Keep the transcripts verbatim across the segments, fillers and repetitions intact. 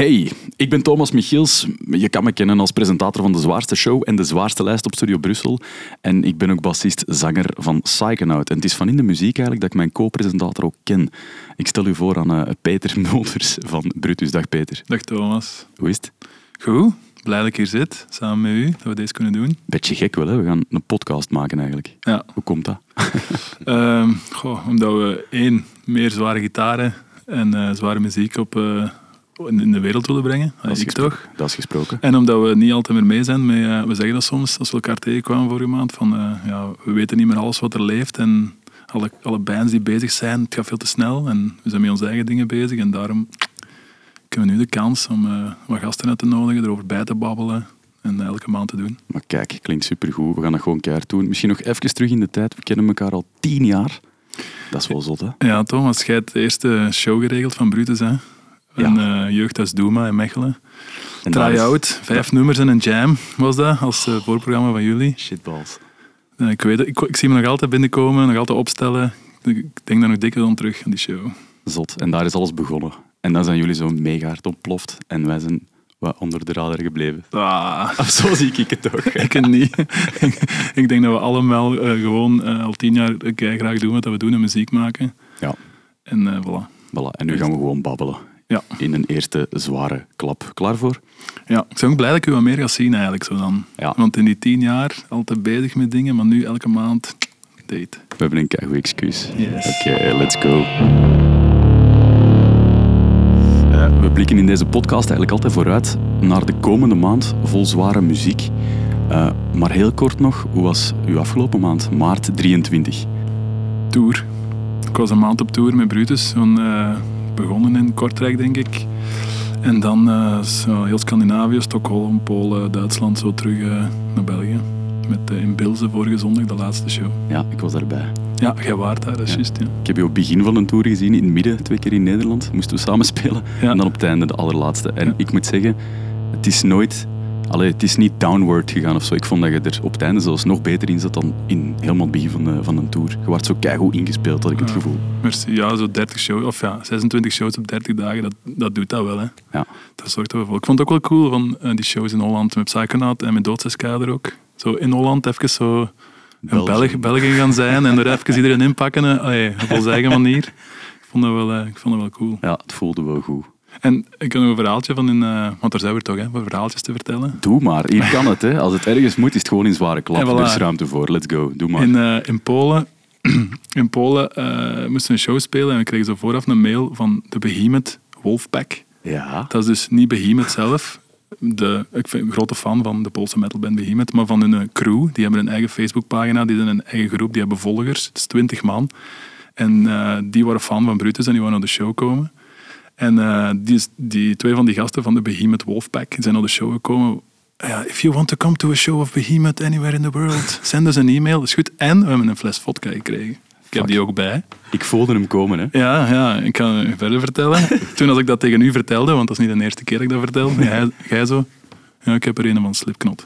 Hey, ik ben Thomas Michiels. Je kan me kennen als presentator van De Zwaarste Show en De Zwaarste Lijst op Studio Brussel. En ik ben ook bassist-zanger van Psychonaut. En het is van in de muziek eigenlijk dat ik mijn co-presentator ook ken. Ik stel u voor aan uh, Peter Mulders van Brutus. Dag Peter. Dag Thomas. Hoe is het? Goed, blij dat ik hier zit, samen met u, dat we deze kunnen doen. Beetje gek wel, hè? We gaan een podcast maken eigenlijk. Ja. Hoe komt dat? um, goh, omdat we één, meer zware gitaren en uh, zware muziek op... Uh, in de wereld willen brengen. Dat is, ik toch? Dat is gesproken. En omdat we niet altijd meer mee zijn, met, uh, we zeggen dat soms, als we elkaar tegenkwamen vorige maand, van uh, ja, we weten niet meer alles wat er leeft en alle, alle bands die bezig zijn, het gaat veel te snel en we zijn met onze eigen dingen bezig en daarom kunnen we nu de kans om uh, wat gasten uit te nodigen, erover bij te babbelen en uh, elke maand te doen. Maar kijk, klinkt supergoed. We gaan dat gewoon keihard doen. Misschien nog even terug in de tijd. We kennen elkaar al tien jaar. Dat is wel zot, hè? Ja, Thomas, jij hebt de eerste show geregeld van Brutus, hè? Een ja. uh, jeugdhuis Doema in Mechelen. Try-out, is... vijf ja. nummers en een jam was dat, als uh, voorprogramma van jullie. Shitballs. Uh, ik, weet het, ik, ik zie me nog altijd binnenkomen, nog altijd opstellen. Ik denk daar nog dikwijls aan terug, aan die show. Zot, en daar is alles begonnen. En dan zijn jullie zo mega hard ontploft en wij zijn wat onder de radar gebleven. Ah. Of zo zie ik het toch. Ik het niet. ik, ik denk dat we allemaal uh, gewoon uh, al tien jaar uh, graag doen wat we doen en muziek maken. Ja. En uh, voilà. Voilà. En nu gaan we gewoon babbelen. Ja. In een eerste zware klap. Klaar voor? Ja, ik ben ook blij dat ik u wat meer ga zien eigenlijk. Zo dan. Ja. Want in die tien jaar altijd bezig met dingen, maar nu elke maand date. We hebben een keigoed excuus. Yes. Oké, okay, let's go. Uh, we blikken in deze podcast eigenlijk altijd vooruit naar de komende maand vol zware muziek. Uh, maar heel kort nog, hoe was uw afgelopen maand? Maart drieëntwintig. Tour. Ik was een maand op tour met Brutus. Van, uh, begonnen in Kortrijk, denk ik. En dan uh, zo heel Scandinavië, Stockholm, Polen, Duitsland, zo terug uh, naar België. Met uh, in Bilze vorige zondag, de laatste show. Ja, ik was daarbij. Ja, jij waart daar, dat is ja. juist. Ja. Ik heb je op het begin van een tour gezien, in het midden, twee keer in Nederland. Moesten we samen spelen. Ja. En dan op het einde de allerlaatste. En ja. ik moet zeggen, het is nooit... Allee, het is niet downward gegaan of zo. Ik vond dat je er op het einde zelfs nog beter in zat dan in helemaal het begin van, de, van een tour. Je werd zo keigoed ingespeeld, had ik het ja, gevoel. Merci. Ja, zo dertig shows, of ja, zesentwintig shows op dertig dagen, dat, dat doet dat wel. Hè. Ja. Dat zorgt er wel voor. Ik vond het ook wel cool van uh, die shows in Holland met Psychonaut en met Doodseskader ook. Zo in Holland even zo een Belg, België gaan zijn en er even iedereen inpakken. Allee, op onze eigen manier. Ik vond dat wel, uh, ik vond dat wel cool. Ja, het voelde wel goed. En ik heb nog een verhaaltje van in... Uh, want daar zijn we toch, hè? Wat verhaaltjes te vertellen. Doe maar. Hier kan het, hè. Als het ergens moet, is het gewoon in zware klap. Voilà. Er is ruimte voor. Let's go. Doe maar. In, uh, in Polen, in Polen uh, moesten we een show spelen en we kregen zo vooraf een mail van de Behemoth Wolfpack. Ja. Dat is dus niet Behemoth zelf. De, ik ben een grote fan van de Poolse metalband Behemoth, maar van hun crew. Die hebben een eigen Facebookpagina, die zijn een eigen groep, die hebben volgers. Het is twintig man. En uh, die waren fan van Brutus en die waren naar de show komen. En uh, die, die twee van die gasten van de Behemoth Wolfpack zijn naar de show gekomen. Uh, if you want to come to a show of Behemoth anywhere in the world, send us een e-mail. Dat is goed. En we hebben een fles vodka gekregen. Ik Fuck. heb die ook bij. Ik voelde hem komen, hè. Ja, ja, ik kan u verder vertellen. Toen als ik dat tegen u vertelde, want dat is niet de eerste keer dat ik dat vertel, jij, jij zo, ja, ik heb er een van Slipknot.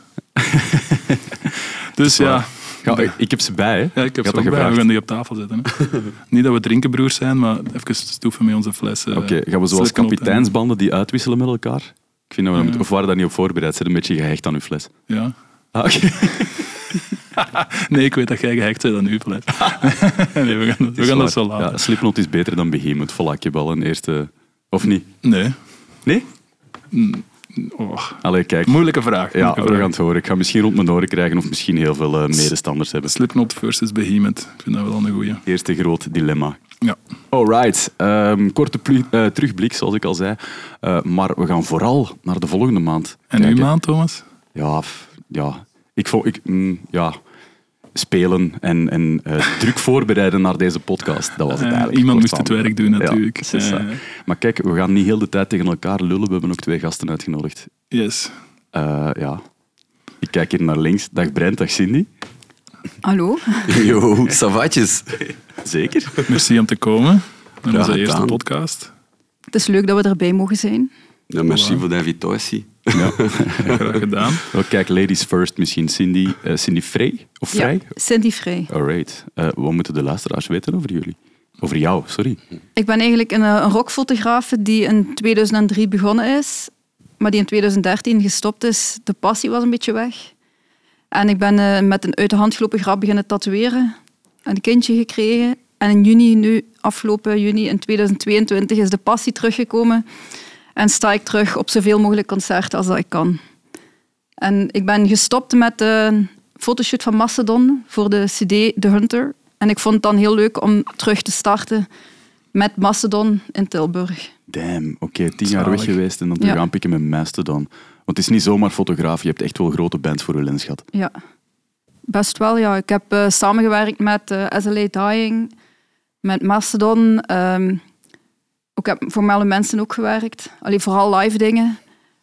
Dus ja... Ja, ik heb ze bij, hè. Ja, ik heb ze ook bij. We gaan die op tafel zetten. Hè. Niet dat we drinkenbroers zijn, maar even stoeven met onze fles. Uh, Oké, okay, gaan we zoals kapiteinsbanden die uitwisselen met elkaar? Ik vind dat we ja. moeten, of waren daar niet op voorbereid? Zijn een beetje gehecht aan uw fles? Ja. Ah, oké. Okay. Nee, ik weet dat jij gehecht bent aan uw fles. Nee, we gaan, we gaan dat zo laten. Ja, Slipknot is beter dan Behemoth. Voilà, ik heb al een eerste... Of niet? Nee. Nee? Mm. Oh. Allee, kijk. Moeilijke vraag. Ja, Moeilijke we vraag. gaan het horen. Ik ga misschien rond mijn oren krijgen of misschien heel veel uh, medestanders hebben. Slipknot versus Behemoth. Ik vind dat wel een goeie. Eerste groot dilemma. Ja. Alright. Um, korte plu- uh, terugblik, zoals ik al zei. Uh, maar we gaan vooral naar de volgende maand En kijken. uw maand, Thomas? Ja, f- ja. Ik vond... Ik, mm, ja... spelen en, en uh, druk voorbereiden naar deze podcast. Dat was het eigenlijk. Uh, iemand moest het werk doen, natuurlijk. Ja, uh. Maar kijk, we gaan niet heel de tijd tegen elkaar lullen. We hebben ook twee gasten uitgenodigd. Yes. Uh, ja. Ik kijk hier naar links. Dag Brent, dag Cindy. Hallo. Yo, savatjes. Zeker. Merci om te komen. Dat was de eerste aan. podcast. Het is leuk dat we erbij mogen zijn. Ja, merci voilà. voor de invitatie. Ja. Graag gedaan. Oh, kijk, ladies first misschien. Cindy, uh, Cindy Frey? Of Frey? Ja, Cindy Frey. Alright. Uh, wat moeten de luisteraars weten over jullie? Over jou, sorry. Ik ben eigenlijk een, een rockfotograaf die in tweeduizend drie begonnen is, maar die in tweeduizend dertien gestopt is. De passie was een beetje weg. En ik ben uh, met een uit de hand gelopen grap beginnen tatoeëren. Een kindje gekregen. En in juni, nu, afgelopen juni in tweeduizend tweeëntwintig, is de passie teruggekomen. En sta ik terug op zoveel mogelijk concerten als dat ik kan. En ik ben gestopt met de fotoshoot van Mastodon voor de cd The Hunter. En ik vond het dan heel leuk om terug te starten met Mastodon in Tilburg. Damn, oké, okay, tien jaar weg geweest en dan terug ja. aanpikken met Mastodon. Want het is niet zomaar fotograaf, je hebt echt wel grote bands voor je lens gehad. Ja, best wel, ja. Ik heb uh, samengewerkt met uh, S L A Dying, met Mastodon. Um, ik heb voor Melle Mensen ook gewerkt. Allee, vooral live dingen.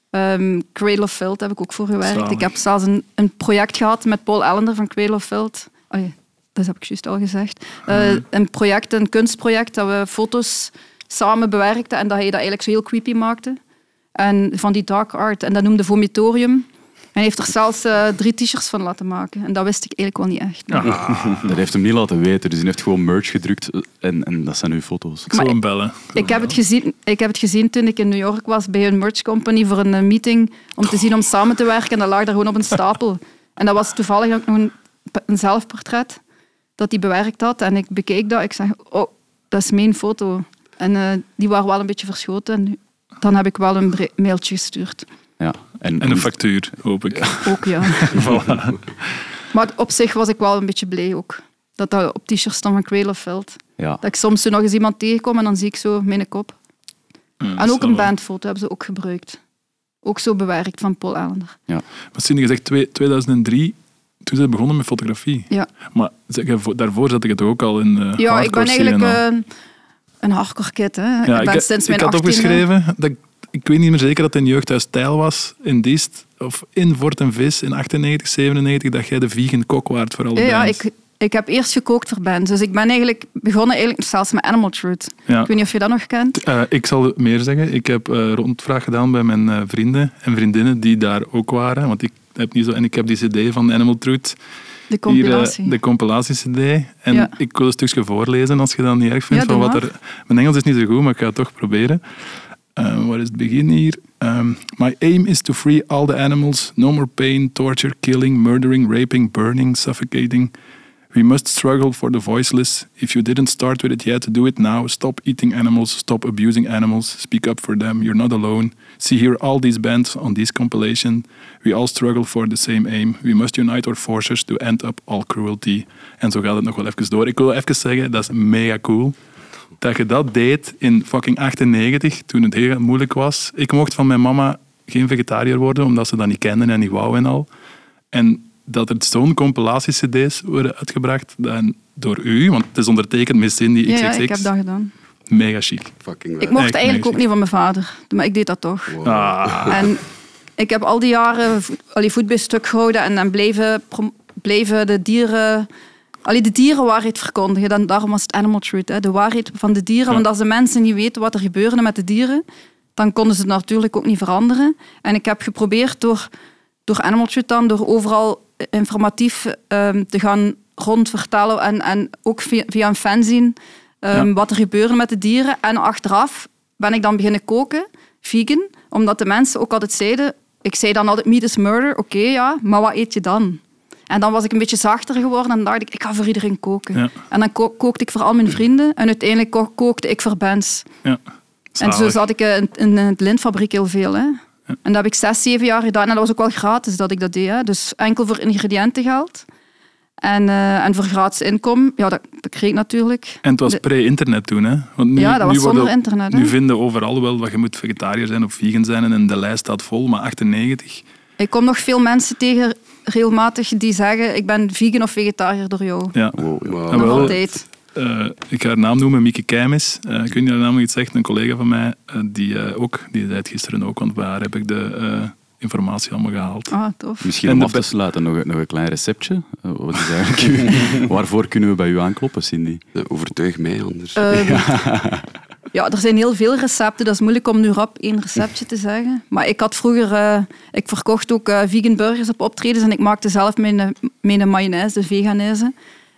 Um, Cradle of Filth heb ik ook voor gewerkt. Samen. Ik heb zelfs een, een project gehad met Paul Ellender van Cradle of Filth. Allee, dat heb ik juist al gezegd. Uh, mm. Een project, een kunstproject, dat we foto's samen bewerkten en dat hij dat eigenlijk zo heel creepy maakte. En van die dark art. En dat noemde Vomitorium. En hij heeft er zelfs uh, drie t-shirts van laten maken. En dat wist ik eigenlijk wel niet echt. Nee. Ah, dat heeft hem niet laten weten. Dus hij heeft gewoon merch gedrukt en, en dat zijn uw foto's. Ik zal hem bellen. Ik, ik, heb het gezien, ik heb het gezien toen ik in New York was bij een merch company voor een meeting om te zien om samen te werken. En dat lag daar gewoon op een stapel. En dat was toevallig ook nog een, een zelfportret dat hij bewerkt had. En ik bekeek dat. Ik zeg, oh, dat is mijn foto. En uh, die waren wel een beetje verschoten. En dan heb ik wel een mailtje gestuurd. Ja, en, en een factuur, hoop ik. Ook, ja. Voilà. Maar op zich was ik wel een beetje blij ook. Dat dat op t-shirts stond van Cradle of Filth. Ja. Dat ik soms zo nog eens iemand tegenkom en dan zie ik zo mijn kop. Ja, en ook een bandfoto hebben ze ook gebruikt. Ook zo bewerkt van Paul Ellender. Ja. Maar Cindy, je zegt tweeduizend drie, toen ze begonnen met fotografie. Ja. Maar zeg, daarvoor zat ik het ook al in uh, ja, ik ben eigenlijk uh, een hardcore kid. Hè. Ja, ik ben ik, sinds mijn ik had achttiende... opgeschreven dat ik, ik weet niet meer zeker dat het in Jeugdhuis Tijl was, in Diest, of in Vort en Vis in achtennegentig, zevenennegentig, dat jij de vegan kok waart voor alle ja, bands. Ja, ik, ik heb eerst gekookt voor bands. Dus ik ben eigenlijk begonnen eigenlijk zelfs met Animal Truth. Ja. Ik weet niet of je dat nog kent. Uh, ik zal meer zeggen. Ik heb uh, rondvraag gedaan bij mijn uh, vrienden en vriendinnen die daar ook waren. Want ik heb niet zo, en ik heb die cd van Animal Truth. De compilatie. Hier, uh, de compilatie-cd. En ja. ik wil een stukje voorlezen als je dat niet erg vindt. Ja, van wat er, mijn Engels is niet zo goed, maar ik ga het toch proberen. Uh, wat is het begin hier? Um, My aim is to free all the animals. No more pain, torture, killing, murdering, raping, burning, suffocating. We must struggle for the voiceless. If you didn't start with it yet, do it now. Stop eating animals. Stop abusing animals. Speak up for them. You're not alone. See here all these bands on this compilation. We all struggle for the same aim. We must unite our forces to end up all cruelty. En zo gaat het nog wel even door. Ik wil even zeggen, dat is mega cool. Dat je dat deed in fucking achtennegentig, toen het heel moeilijk was. Ik mocht van mijn mama geen vegetariër worden, omdat ze dat niet kenden en niet wou en al. En dat er zo'n compilatie-cd's worden uitgebracht dan door u, want het is ondertekend met Cindy X X X. Ja, ja, ik heb dat gedaan. Mega chic. Fucking ik mocht eigenlijk ook niet van mijn vader, maar ik deed dat toch. Wow. Ah. En ik heb al die jaren allee, voet bij stuk gehouden en dan bleven, bleven de dieren... Allee, de dierenwaarheid verkondigen. Dan, daarom was het Animal Truth, hè, de waarheid van de dieren. Ja. Want als de mensen niet weten wat er gebeurde met de dieren, dan konden ze het natuurlijk ook niet veranderen. En ik heb geprobeerd door, door Animal Truth dan, door overal informatief um, te gaan rondvertellen en, en ook via, via een fanzine um, ja. wat er gebeurde met de dieren. En achteraf ben ik dan beginnen koken, vegan, omdat de mensen ook altijd zeiden, ik zei dan altijd meat is murder, oké okay, ja, maar wat eet je dan? En dan was ik een beetje zachter geworden en dan dacht ik, ik ga voor iedereen koken. Ja. En dan ko- kookte ik voor al mijn vrienden en uiteindelijk ko- kookte ik voor bands. Ja. En zo zat ik in, in het lintfabriek heel veel. Hè. Ja. En dat heb ik zes, zeven jaar gedaan. En dat was ook wel gratis dat ik dat deed. Hè. Dus enkel voor ingrediëntengeld. En, uh, en voor gratis inkomen, ja, dat, dat kreeg ik natuurlijk. En het was pre-internet toen, hè? Want nu, ja, dat was nu zonder worden, internet. Hè. Nu vinden overal wel dat je moet vegetariër zijn of vegan zijn en de lijst staat vol, maar achtennegentig... Ik kom nog veel mensen tegen regelmatig die zeggen ik ben vegan of vegetariër door jou. Ja, wow, wow. Nog altijd. Uh, ik ga haar naam noemen, Mieke Keimis. Uh, ik weet niet of haar naam iets zegt, een collega van mij, uh, die uh, ook, die zei het gisteren ook, want bij haar heb ik de uh, informatie allemaal gehaald. Ah, tof. Misschien om af te sluiten nog, nog een klein receptje. Uh, wat is eigenlijk waarvoor kunnen we bij u aankloppen, Cindy? Ja, overtuig mij anders. Uh, ja. ja, er zijn heel veel recepten. Dat is moeilijk om nu rap één receptje te zeggen. Maar ik had vroeger... Uh, ik verkocht ook uh, vegan burgers op optredens en ik maakte zelf mijn, mijn mayonaise, de veganese.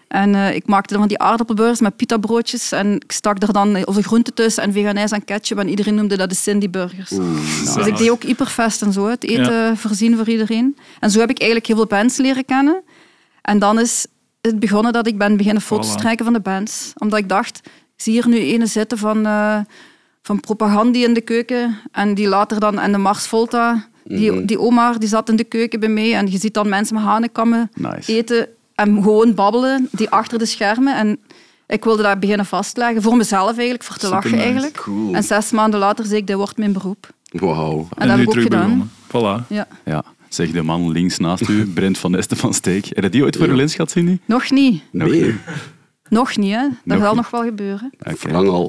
En uh, ik maakte dan van die aardappelburgers met pita-broodjes. En ik stak er dan onze groenten tussen en veganijs en ketchup. En iedereen noemde dat de Cindy-burgers. Dus ik deed ook Hyperfest en zo, het eten ja. voorzien voor iedereen. En zo heb ik eigenlijk heel veel bands leren kennen. En dan is het begonnen dat ik ben beginnen foto's voilà. strijken van de bands. Omdat ik dacht, ik zie hier nu ene zitten van, uh, van Propagandie in de keuken. En die later dan, en de Mars Volta. Die, mm-hmm. die Omar die zat in de keuken bij mij. En je ziet dan mensen met hanenkammen nice. eten en gewoon babbelen, die achter de schermen. En ik wilde dat beginnen vastleggen. Voor mezelf eigenlijk, voor te Super lachen nice. eigenlijk. Cool. En zes maanden later zei ik, dit wordt mijn beroep. Wauw. En, en dat heb ik ook gedaan. Voilà. Ja. ja. Zeg de man links naast u, Brent van Esten van Steek. Heb je die ooit voor de lens gehad, Cindy? Nog niet. Nee. Nog niet, hè. Dat nog zal niet. nog wel gebeuren. Okay. Lang al.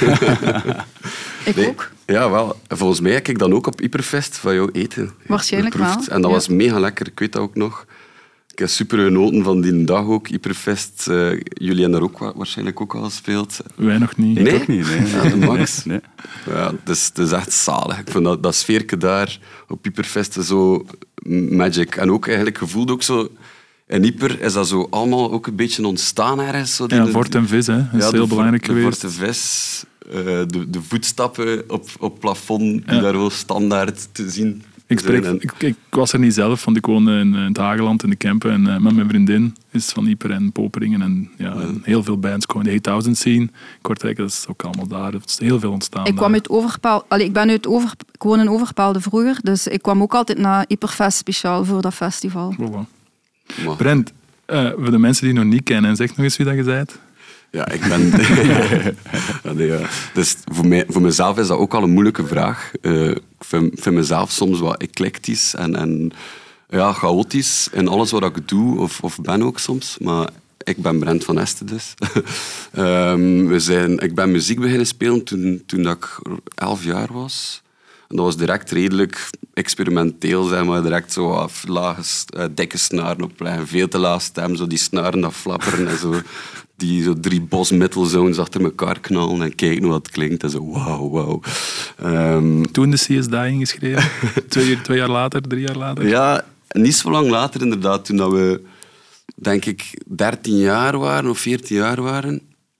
ik nee. ook. Ja, wel. Volgens mij heb ik dan ook op Hyperfest van jou eten Waarschijnlijk geproefd. wel. En dat ja. was mega lekker, ik weet dat ook nog. Ik heb super genoten van die dag ook, Hyperfest. Uh, jullie hebben daar ook waarschijnlijk ook al gespeeld. Wij nog niet. Nee? Ik ook niet, nee. Ja, de Max. Nee. Ja, het, is, het is echt zalig. Ik vind dat, dat sfeerke daar op Hyperfest zo magic. En ook eigenlijk gevoeld ook zo... In Hyper is dat zo allemaal ook een beetje ontstaan ergens. Zo ja, Fort en Vis, hè. Dat is ja, heel belangrijk de geweest. De Fort en Vis, uh, de, de voetstappen op, op plafond, die ja. daar wel standaard te zien ik, spreek, en... ik, ik was er niet zelf, want ik woonde in, in het Hageland, in de Kempen. En uh, met mijn vriendin is van Hyper en Poperingen. En, ja, ja. en heel veel bands komen. De eight thousand scene, Kortrijk, dat is ook allemaal daar. Het is heel veel ontstaan. Ik kwam uit Overpaal. Allee, ik ben uit Over, ik woon in Overpaalde vroeger, dus ik kwam ook altijd naar Hyperfest speciaal voor dat festival. Voilà. Brent, uh, voor de mensen die je nog niet kennen, zeg nog eens wie dat je bent. Ja, ik ben... ja, nee, ja. Dus voor, mij, voor mezelf is dat ook al een moeilijke vraag. Uh, ik vind, vind mezelf soms wat eclectisch en, en ja, chaotisch in alles wat ik doe, of, of ben ook soms. Maar ik ben Brent van Esten dus. um, we zijn, ik ben muziek beginnen spelen toen, toen dat ik elf jaar was. En dat was direct redelijk experimenteel, zeg maar. Direct zo af, lage, uh, dikke snaren opleggen, veel te laag stem, zo die snaren dat flapperen en zo. Die zo drie boss metal zones achter elkaar knallen en kijken hoe dat klinkt. En zo, wauw, wauw. Um, Toen de C S D ingeschreven? twee, twee jaar later, drie jaar later? Ja, niet zo lang later inderdaad. Toen dat we, denk ik, dertien jaar waren of veertien jaar waren.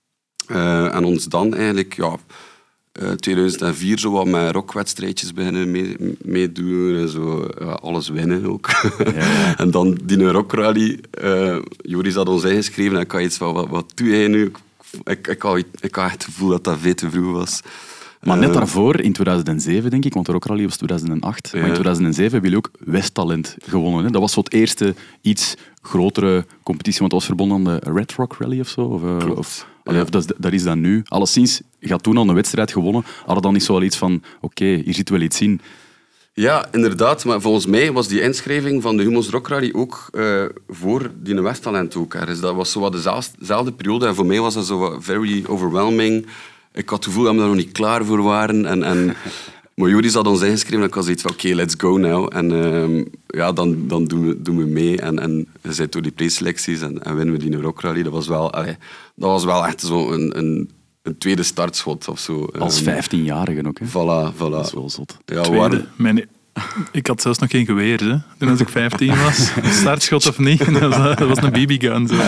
Uh, en ons dan eigenlijk, ja... Uh, tweeduizend vier zo wat met rockwedstrijdjes beginnen meedoen mee en zo, ja, alles winnen ook. Ja. En dan die rockrally, uh, Joris had ons ingeschreven en ik had iets van, wat, wat doe jij nu? Ik, ik, had, ik had echt het gevoel dat dat veel te vroeg was. Maar net daarvoor, in tweeduizend zeven denk ik, want de rockrally was tweeduizend acht, ja. maar in tweeduizend zeven hebben jullie ook Westtalent gewonnen. Hè? Dat was zo het eerste iets grotere competitie, want dat was verbonden aan de Red Rock Rally of zo. Of, uh, of, allee, ja. of dat, dat is dat nu. Alleszins, je had toen al een wedstrijd gewonnen, hadden dan niet zo al iets van, oké, okay, hier zit wel iets in. Ja, inderdaad. Maar volgens mij was die inschrijving van de Humo's Rock Rally ook uh, voor die Westtalent ook. Hè. Dus dat was zo wat dezelfde periode. En voor mij was dat zo wat very overwhelming. Ik had het gevoel dat we daar nog niet klaar voor waren. En, en, maar Joris had ons ingeschreven en ik was iets van oké, okay, let's go now. En uh, ja, dan, dan doen, we, doen we mee. En, en we zijn door die preselecties en, en winnen we die Rock Rally. Dat was wel, allee, dat was wel echt zo een, een, een tweede startschot of zo. Als vijftienjarige ook, hè? Voilà, voilà. Dat is wel zot. Ja, tweede, waren... mijn, ik had zelfs nog geen geweer, hè, toen als ik vijftien was. Startschot of niet, dat was, dat was een B B-gun. Zo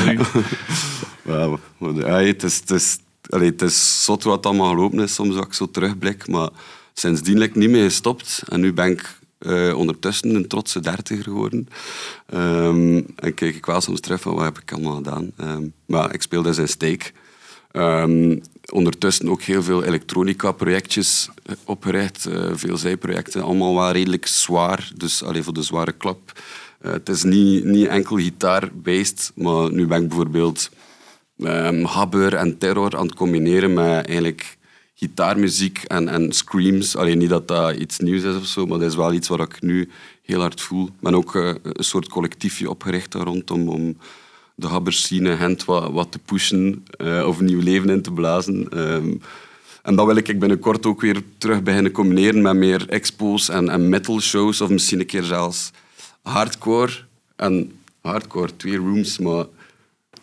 ja, ja, het is... Het is Allee, het is zot wat allemaal gelopen is, soms als ik zo terugblik. Maar sindsdien ben ik niet meer gestopt. En nu ben ik uh, ondertussen een trotse dertiger geworden. Um, en kijk ik wel soms terug van wat heb ik allemaal gedaan. Um, maar ik speel dus in Steek. Um, ondertussen ook heel veel elektronica-projectjes opgericht. Uh, veel zijprojecten. Allemaal wel redelijk zwaar. Dus allee, voor de zware klap. Uh, het is niet, niet enkel gitaar-based. Maar nu ben ik bijvoorbeeld... Um, habber en terror aan het combineren met eigenlijk gitaarmuziek en, en screams. Alleen niet dat dat iets nieuws is of zo, maar dat is wel iets wat ik nu heel hard voel. Ik ben ook uh, een soort collectiefje opgericht daar rondom om de habberscene Gent wat, wat te pushen uh, of nieuw leven in te blazen. Um, en dat wil ik binnenkort ook weer terug beginnen combineren met meer expos en, en metal shows of misschien een keer zelfs hardcore. En hardcore, twee rooms, maar...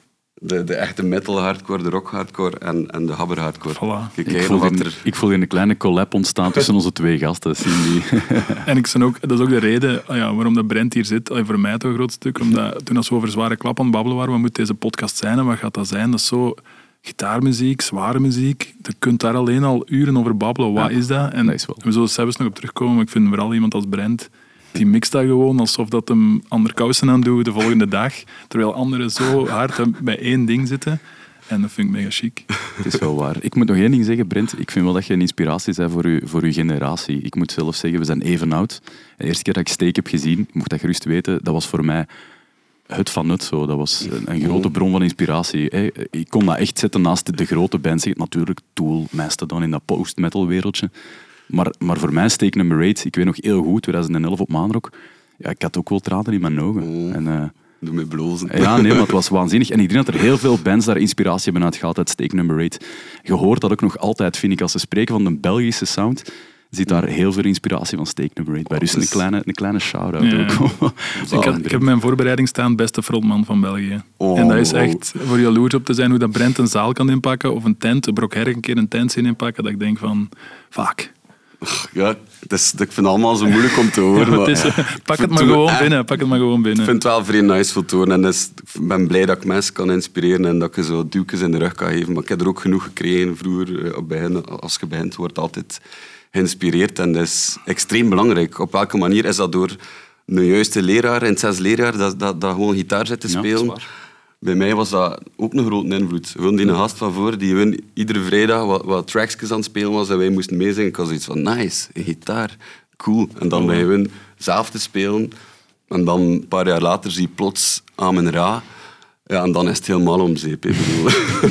De, de echte metal hardcore, de rock hardcore en, en de habber hardcore. Voilà. Kijk, Ik voel, wat hier, er... ik voel hier een kleine collab ontstaan tussen onze twee gasten. Cindy. En ik ben ook, dat is ook de reden ah ja, waarom dat Brent hier zit. Allee, voor mij toch een groot stuk. Omdat toen als we over zware klap aan het babbelen waren, wat moet deze podcast zijn en wat gaat dat zijn? Dat is zo gitaarmuziek, zware muziek. Je kunt daar alleen al uren over babbelen. Wat Ja, is dat? En dat is wel. we zullen zelfs nog op terugkomen. Maar ik vind vooral iemand als Brent, die mixt dat gewoon alsof dat hem andere kousen aan doet de volgende dag. Terwijl anderen zo hard bij één ding zitten. En dat vind ik mega chic. Het is wel waar. Ik moet nog één ding zeggen, Brent. Ik vind wel dat je een inspiratie bent voor, u, voor uw generatie. Ik moet zelf zeggen, we zijn even oud. De eerste keer dat ik Steak heb gezien, ik mocht dat gerust weten, dat was voor mij het van het zo. Dat was een, een grote bron van inspiratie. Ik kon dat echt zetten naast de grote bands. Natuurlijk, Tool, Mastodon in dat post-metal wereldje. Maar, maar voor mij, Steak nummer acht, ik weet nog heel goed, twintig elf op Maanrock, ja, ik had ook wel tranen in mijn ogen. Oh. En, uh, Doe me blozen. Ja, nee, maar het was waanzinnig. En ik denk dat er heel veel bands daar inspiratie hebben uitgehaald uit Steak nummer acht. Je hoort dat ook nog altijd, vind ik, als ze spreken van de Belgische sound, zit daar heel veel inspiratie van Steak nummer acht bij. Dus een kleine, een kleine shout-out Ja. ook. Ik, had, ik heb in mijn voorbereiding staan beste frontman van België. Oh, en dat is wow. echt voor jaloers op te zijn hoe dat Brent een zaal kan inpakken of een tent, een Brokherk een keer een tent zien inpakken, dat ik denk van, vaak. Ja, het is, ik vind het allemaal zo moeilijk om te horen. Ja, maar het is, eh, pak het maar toen- gewoon eh, binnen. Pak het maar gewoon Ik binnen. vind het wel vrij nice voor te horen. En dus, ik ben blij dat ik mensen kan inspireren en dat ik je zo duwtjes in de rug kan geven. Maar ik heb er ook genoeg gekregen vroeger. eh, Op begin, als je begint, wordt altijd geïnspireerd. En dat is extreem belangrijk. Op welke manier is dat door een juiste leraar in het zes leerjaar dat, dat, dat gewoon gitaar zit te Ja, dat is spelen? waar. Bij mij was dat ook een grote invloed. Gewoon die gast van voor, die gewoon iedere vrijdag wat, wat tracksjes aan het spelen was en wij moesten meezingen. Ik was zoiets van, nice, een gitaar, cool. En dan ben je gewoon zelf te spelen. En dan, een paar jaar later, zie je plots Amen Ra. Ja, en dan is het helemaal om zeep. Ik bedoel.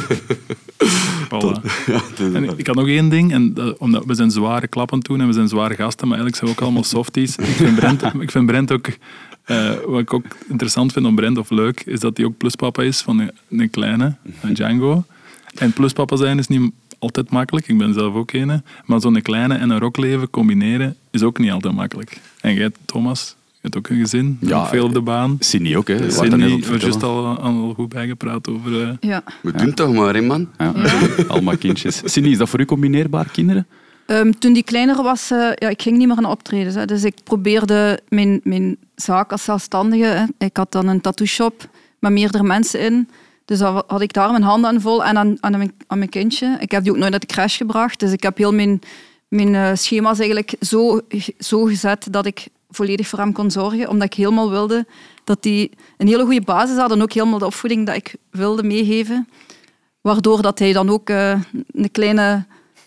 Voilà. Ja, het is- En ik had nog één ding, en dat, omdat we zijn zware klappen doen en we zijn zware gasten, maar eigenlijk zijn we ook allemaal softies. Ik vind Brent, ik vind Brent ook, eh, wat ik ook interessant vind om Brent, of leuk, is dat hij ook pluspapa is van een, een kleine, een Django. En pluspapa zijn is niet altijd makkelijk, ik ben zelf ook een, maar zo'n kleine en een rockleven combineren is ook niet altijd makkelijk. En jij, Thomas, je hebt ook een gezin, Ja, ja, veel op de baan. Cindy ook, hè. We waren Cindy, daar net aan we het hebben juist vertellen. al, al goed bijgepraat over... eh, Ja. We doen het toch maar, hè, man. Ja. Allemaal kindjes. Cindy, is dat voor u combineerbaar, kinderen? Um, toen die kleiner was, uh, ja, ik ging niet meer naar optredens. Hè. Dus ik probeerde mijn, mijn zaak als zelfstandige. Hè. Ik had dan een tattoo shop met meerdere mensen in. Dus dan had ik daar mijn handen aan vol en aan, aan, mijn, aan mijn kindje. Ik heb die ook nooit naar de crash gebracht. Dus ik heb heel mijn, mijn uh, schema's eigenlijk zo, zo gezet dat ik volledig voor hem kon zorgen. Omdat ik helemaal wilde dat hij een hele goede basis had en ook helemaal de opvoeding dat ik wilde meegeven. Waardoor dat hij dan ook uh, een kleine...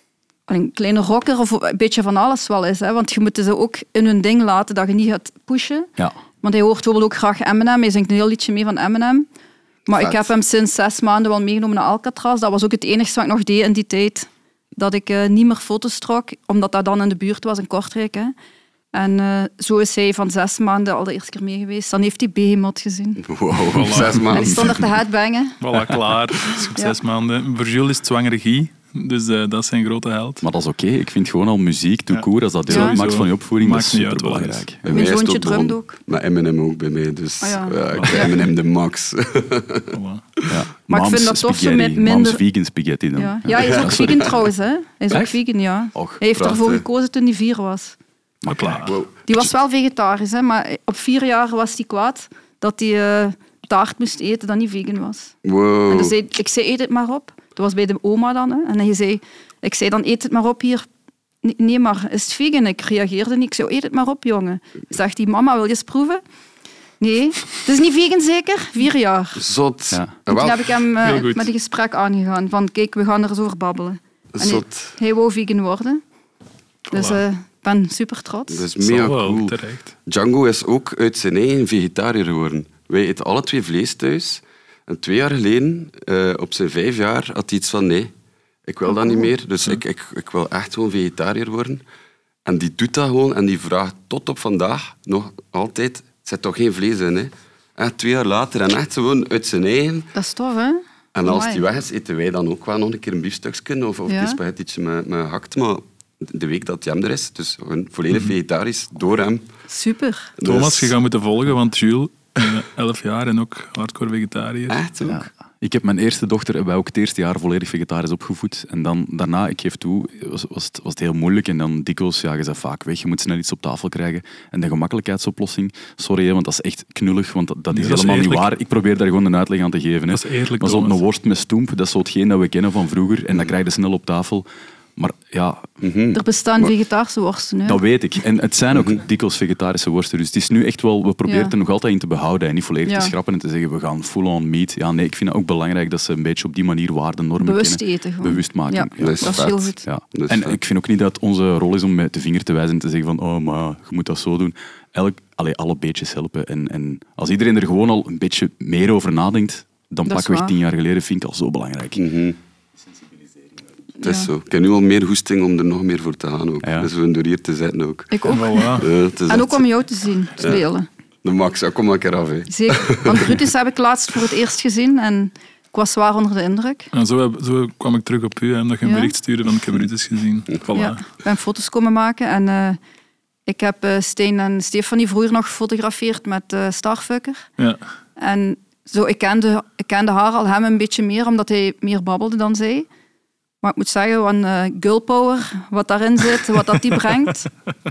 een kleine rocker of een beetje van alles wel is. Hè? Want je moet ze ook in hun ding laten dat je niet gaat pushen. Ja. Want hij hoort bijvoorbeeld ook graag Eminem. Hij zingt een heel liedje mee van Eminem. Maar Vet. ik heb hem sinds zes maanden wel meegenomen naar Alcatraz. Dat was ook het enige wat ik nog deed in die tijd. Dat ik uh, niet meer foto's trok, omdat dat dan in de buurt was in Kortrijk. Hè? En uh, zo is hij van zes maanden al de eerste keer mee geweest. Dan heeft hij Behemoth gezien. Wow, zes En die maanden. stond er te headbangen. Voilà, klaar. Dus op Ja. zes maanden. Voor Jules is het zwangere Guy. Dus uh, dat is zijn grote held. Maar dat is oké. Ik vind gewoon al muziek, tout Ja. court, als dat deel Ja. uitmaakt van je opvoeding, Maakt dat is niet uit superbelangrijk. Bij Mijn mij is het zoontje ook drumt begonnen. ook. Met Eminem ook bij mij. Dus Ah, ja. ja, ik ben Eminem de max. Voilà. Ja. Maar ik Moms vind dat toch zo spaghetti, met minder- Moms vegan spaghetti dan. Ja. ja, hij is ook vegan trouwens. Hè? Hij is ook Echt? vegan, ja. Och, Hij heeft ervoor prachtig. gekozen toen hij vier was. Maar klaar. Wow. Die was wel vegetarisch, hè, maar op vier jaar was hij kwaad dat hij uh, taart moest eten dat niet vegan was. Wow. En dus zei, ik zei, eet het maar op. Dat was bij de oma dan. Hè. En hij zei, ik zei dan, eet het maar op hier. Nee, nee, maar is het vegan? Ik reageerde niet. Ik zei, eet het maar op, jongen. Zegt die, mama, wil je eens proeven? Nee, het is niet vegan zeker? Vier jaar. Zot. Ja. En En wel, toen heb ik hem uh, Heel goed. met een gesprek aangegaan. Van, kijk, we gaan er eens over babbelen. En hij, zot. hij wou vegan worden. Dus Voilà. uh, ik ben super trots. Dat is Zal mega wel, cool. terecht. Django is ook uit zijn eigen vegetariër geworden. Wij eten alle twee vlees thuis. En twee jaar geleden, uh, op zijn vijf jaar, had hij iets van nee, ik wil dat niet meer. Dus ik, ik, ik wil echt gewoon vegetariër worden. En die doet dat gewoon en die vraagt tot op vandaag nog altijd, er zit toch geen vlees in, hè? Echt twee jaar later en echt gewoon uit zijn eigen. Dat is tof, hè? En als Amai. die weg is, eten wij dan ook wel nog een keer een biefstukje of, of Ja. een spaghettietje met, met gehakt. Maar de week dat Jam er is, dus gewoon volledig vegetarisch, door hem. Super. Thomas, Dus- je gaat moeten volgen, want Jules, uh, elf jaar en ook hardcore vegetariër. Echt ook? Ja. Ik heb mijn eerste dochter, hebben wij ook het eerste jaar volledig vegetarisch opgevoed. En dan, daarna, ik geef toe, was, was, het, was het heel moeilijk. En dan dikwijls, ja, je bent vaak weg, je moet snel iets op tafel krijgen. En de gemakkelijkheidsoplossing, sorry, hè, want dat is echt knullig, want dat, dat Nee, is dat is helemaal niet eerlijk. waar. Ik probeer daar gewoon een uitleg aan te geven. Hè. Dat is eerlijk, Maar zo'n Thomas. worst met stoemp, dat is zo hetgeen dat we kennen van vroeger. En dat krijg je snel op tafel. Maar ja, Er bestaan vegetarische worsten. Hè? dat weet ik. En het zijn ook dikwijls vegetarische worsten. Dus het is nu echt wel, we proberen Ja. het er nog altijd in te behouden. En niet volledig Ja. te schrappen en te zeggen, we gaan full-on meat. Ja, nee, ik vind het ook belangrijk dat ze een beetje op die manier waarden-normen Bewust kennen. eten gewoon. Bewustmaking. Ja, Ja. Dat is dat is vet. heel goed. Ja. Dat is En vet. ik vind ook niet dat het onze rol is om met de vinger te wijzen en te zeggen van, oh, maar je moet dat zo doen. Elk, allee, alle beetjes helpen. En, en als iedereen er gewoon al een beetje meer over nadenkt, dan Dat is pakweg waar. tien jaar geleden vind ik al zo belangrijk. Mhm. Het is Ja. zo. Ik heb nu al meer goesting om er nog meer voor te gaan ook. Ja. Dus we door hier te zetten ook. Ik ook. En voilà. Ja, het is En ook echt- om jou te zien spelen. De max, ja, kom maar een keer af. Hè. Zeker. Want Brutus heb ik laatst voor het eerst gezien en ik was zwaar onder de indruk. En zo, heb- zo kwam ik terug op u, hè, omdat je een Ja. bericht stuurde van ik heb Brutus gezien. Voilà. Ja, ik ben foto's komen maken en eh, ik heb eh, Steen en Stefanie vroeger nog gefotografeerd met eh, Starfucker. Ja. En zo, ik, kende, ik kende haar al hem een beetje meer, omdat hij meer babbelde dan zij. Maar ik moet zeggen, van eh girl power, wat daarin zit, wat dat die brengt.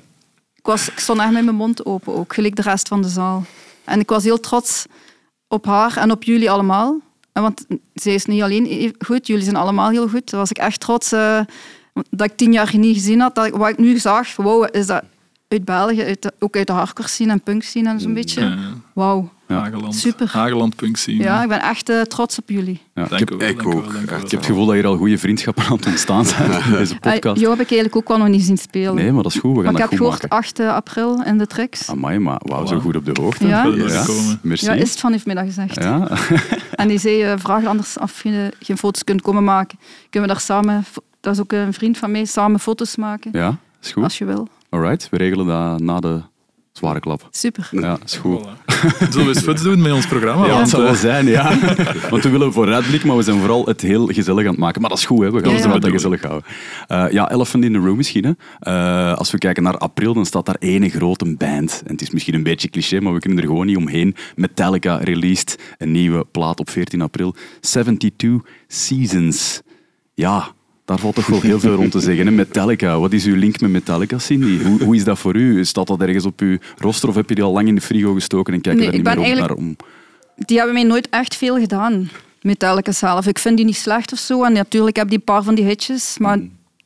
Ik, was, ik stond echt met mijn mond open ook, gelijk de rest van de zaal. En ik was heel trots op haar en op jullie allemaal. En want zij is niet alleen goed, jullie zijn allemaal heel goed. Daar was ik echt trots eh, dat ik tien jaar niet gezien had. Dat ik, wat ik nu zag, wow, is dat uit België, uit de- ook uit de hardcore scene en punk scene en zo'n beetje. Ja. Wauw. Hageland. Super. Hageland punk scene. Ja, ik ben echt eh, trots op jullie. Ja. Dank Ik, u heb, wel, ik dank u wel, ook. dank u wel. ik heb het gevoel dat hier al goede vriendschappen aan het ontstaan zijn in deze Eh, podcast. jou heb ik eigenlijk ook wel nog niet zien spelen. Nee, maar dat is goed. We gaan maar ik dat heb goed gehoord maken. acht april in de Trix. Amai, maar wauw, zo Voilà. goed op de hoogte. Ja. Ik wil er Ja. nog komen. Merci. Ja, is het van heeft mij dat gezegd. Ja. En die zei, eh, vraag anders of je geen foto's kunt komen maken. Kunnen we daar samen, dat is ook een vriend van mij, samen foto's maken. Ja, is goed. Als je wil. Alright, we regelen dat na de zware klap. Super. Ja, is goed. Voilà. Zullen we eens foto's doen met ons programma? Ja, Want, het zal eh, wel zijn, ja. Want we willen vooruitblikken, maar we zijn vooral het heel gezellig aan het maken. Maar dat is goed, hè. We gaan Ja, ons ja. er altijd gezellig houden. Uh, ja, Elephant in the Room misschien. Hè. Uh, als we kijken naar april, dan staat daar ene grote band. En het is misschien een beetje cliché, maar we kunnen er gewoon niet omheen. Metallica released een nieuwe plaat op veertien april. zevenentwintig Seasons. Ja, daar valt toch wel heel veel rond te zeggen. Hè? Metallica, wat is uw link met Metallica, Cindy? Hoe, hoe is dat voor u? Staat dat ergens op uw roster of heb je die al lang in de frigo gestoken en kijk je Nee, daar ik niet ben meer om, naar eigenlijk- om? Die hebben mij nooit echt veel gedaan. Metallica zelf. Ik vind die niet slecht of zo. En natuurlijk heb die een paar van die hitjes. Maar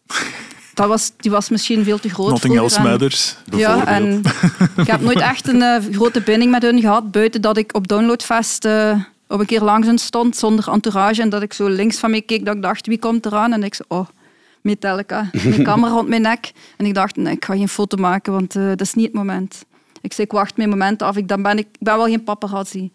dat was, die was misschien veel te groot Nothing vroeger. Else En- Matters. Ja, en ik heb nooit echt een eh, grote binding met hun gehad. Buiten dat ik op Downloadfest eh, op een keer langs hun stond zonder entourage. En dat ik zo links van mij keek, dat ik dacht, wie komt eraan? En ik zei, oh, Metallica. Mijn camera rond mijn nek. En ik dacht, nee, ik ga geen foto maken, want eh, dat is niet het moment. Ik zei, ik wacht mijn moment af. Ik, dan ben ik, ik ben wel geen paparazzi.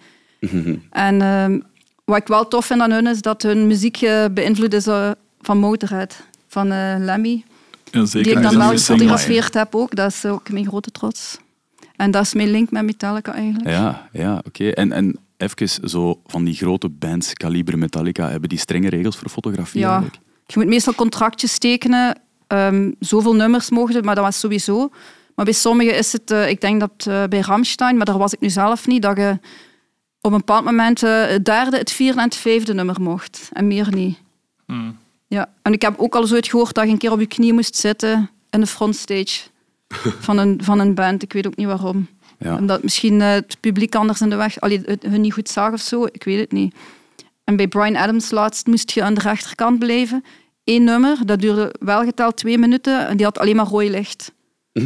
En ehm, wat ik wel tof vind aan hun, is dat hun muziek eh, beïnvloed is eh, van Motorhead. Van eh, Lemmy. Ja, zeker. Die ik En dan de wel nieuwe single. gefotografeerd heb ook. Dat is ook mijn grote trots. En dat is mijn link met Metallica eigenlijk. Ja, ja oké. En, en even zo van die grote bands, kaliber Metallica, hebben die strenge regels voor fotografie Ja. eigenlijk? Je moet meestal contractjes tekenen. Ehm, zoveel nummers mogen het, maar dat was sowieso. Maar bij sommigen is het, eh, ik denk dat eh, bij Rammstein, maar daar was ik nu zelf niet, dat je op een bepaald moment eh, het derde, het vierde en het vijfde nummer mocht. En meer niet. Hmm. Ja. En ik heb ook al zoiets gehoord dat je een keer op je knie moest zitten in de frontstage van een, van een band. Ik weet ook niet waarom. Ja. Omdat misschien eh, het publiek anders in de weg, allee, het hun niet goed zag of zo. Ik weet het niet. En bij Bryan Adams laatst moest je aan de rechterkant blijven. Eén nummer, dat duurde wel geteld twee minuten. En die had alleen maar rood licht.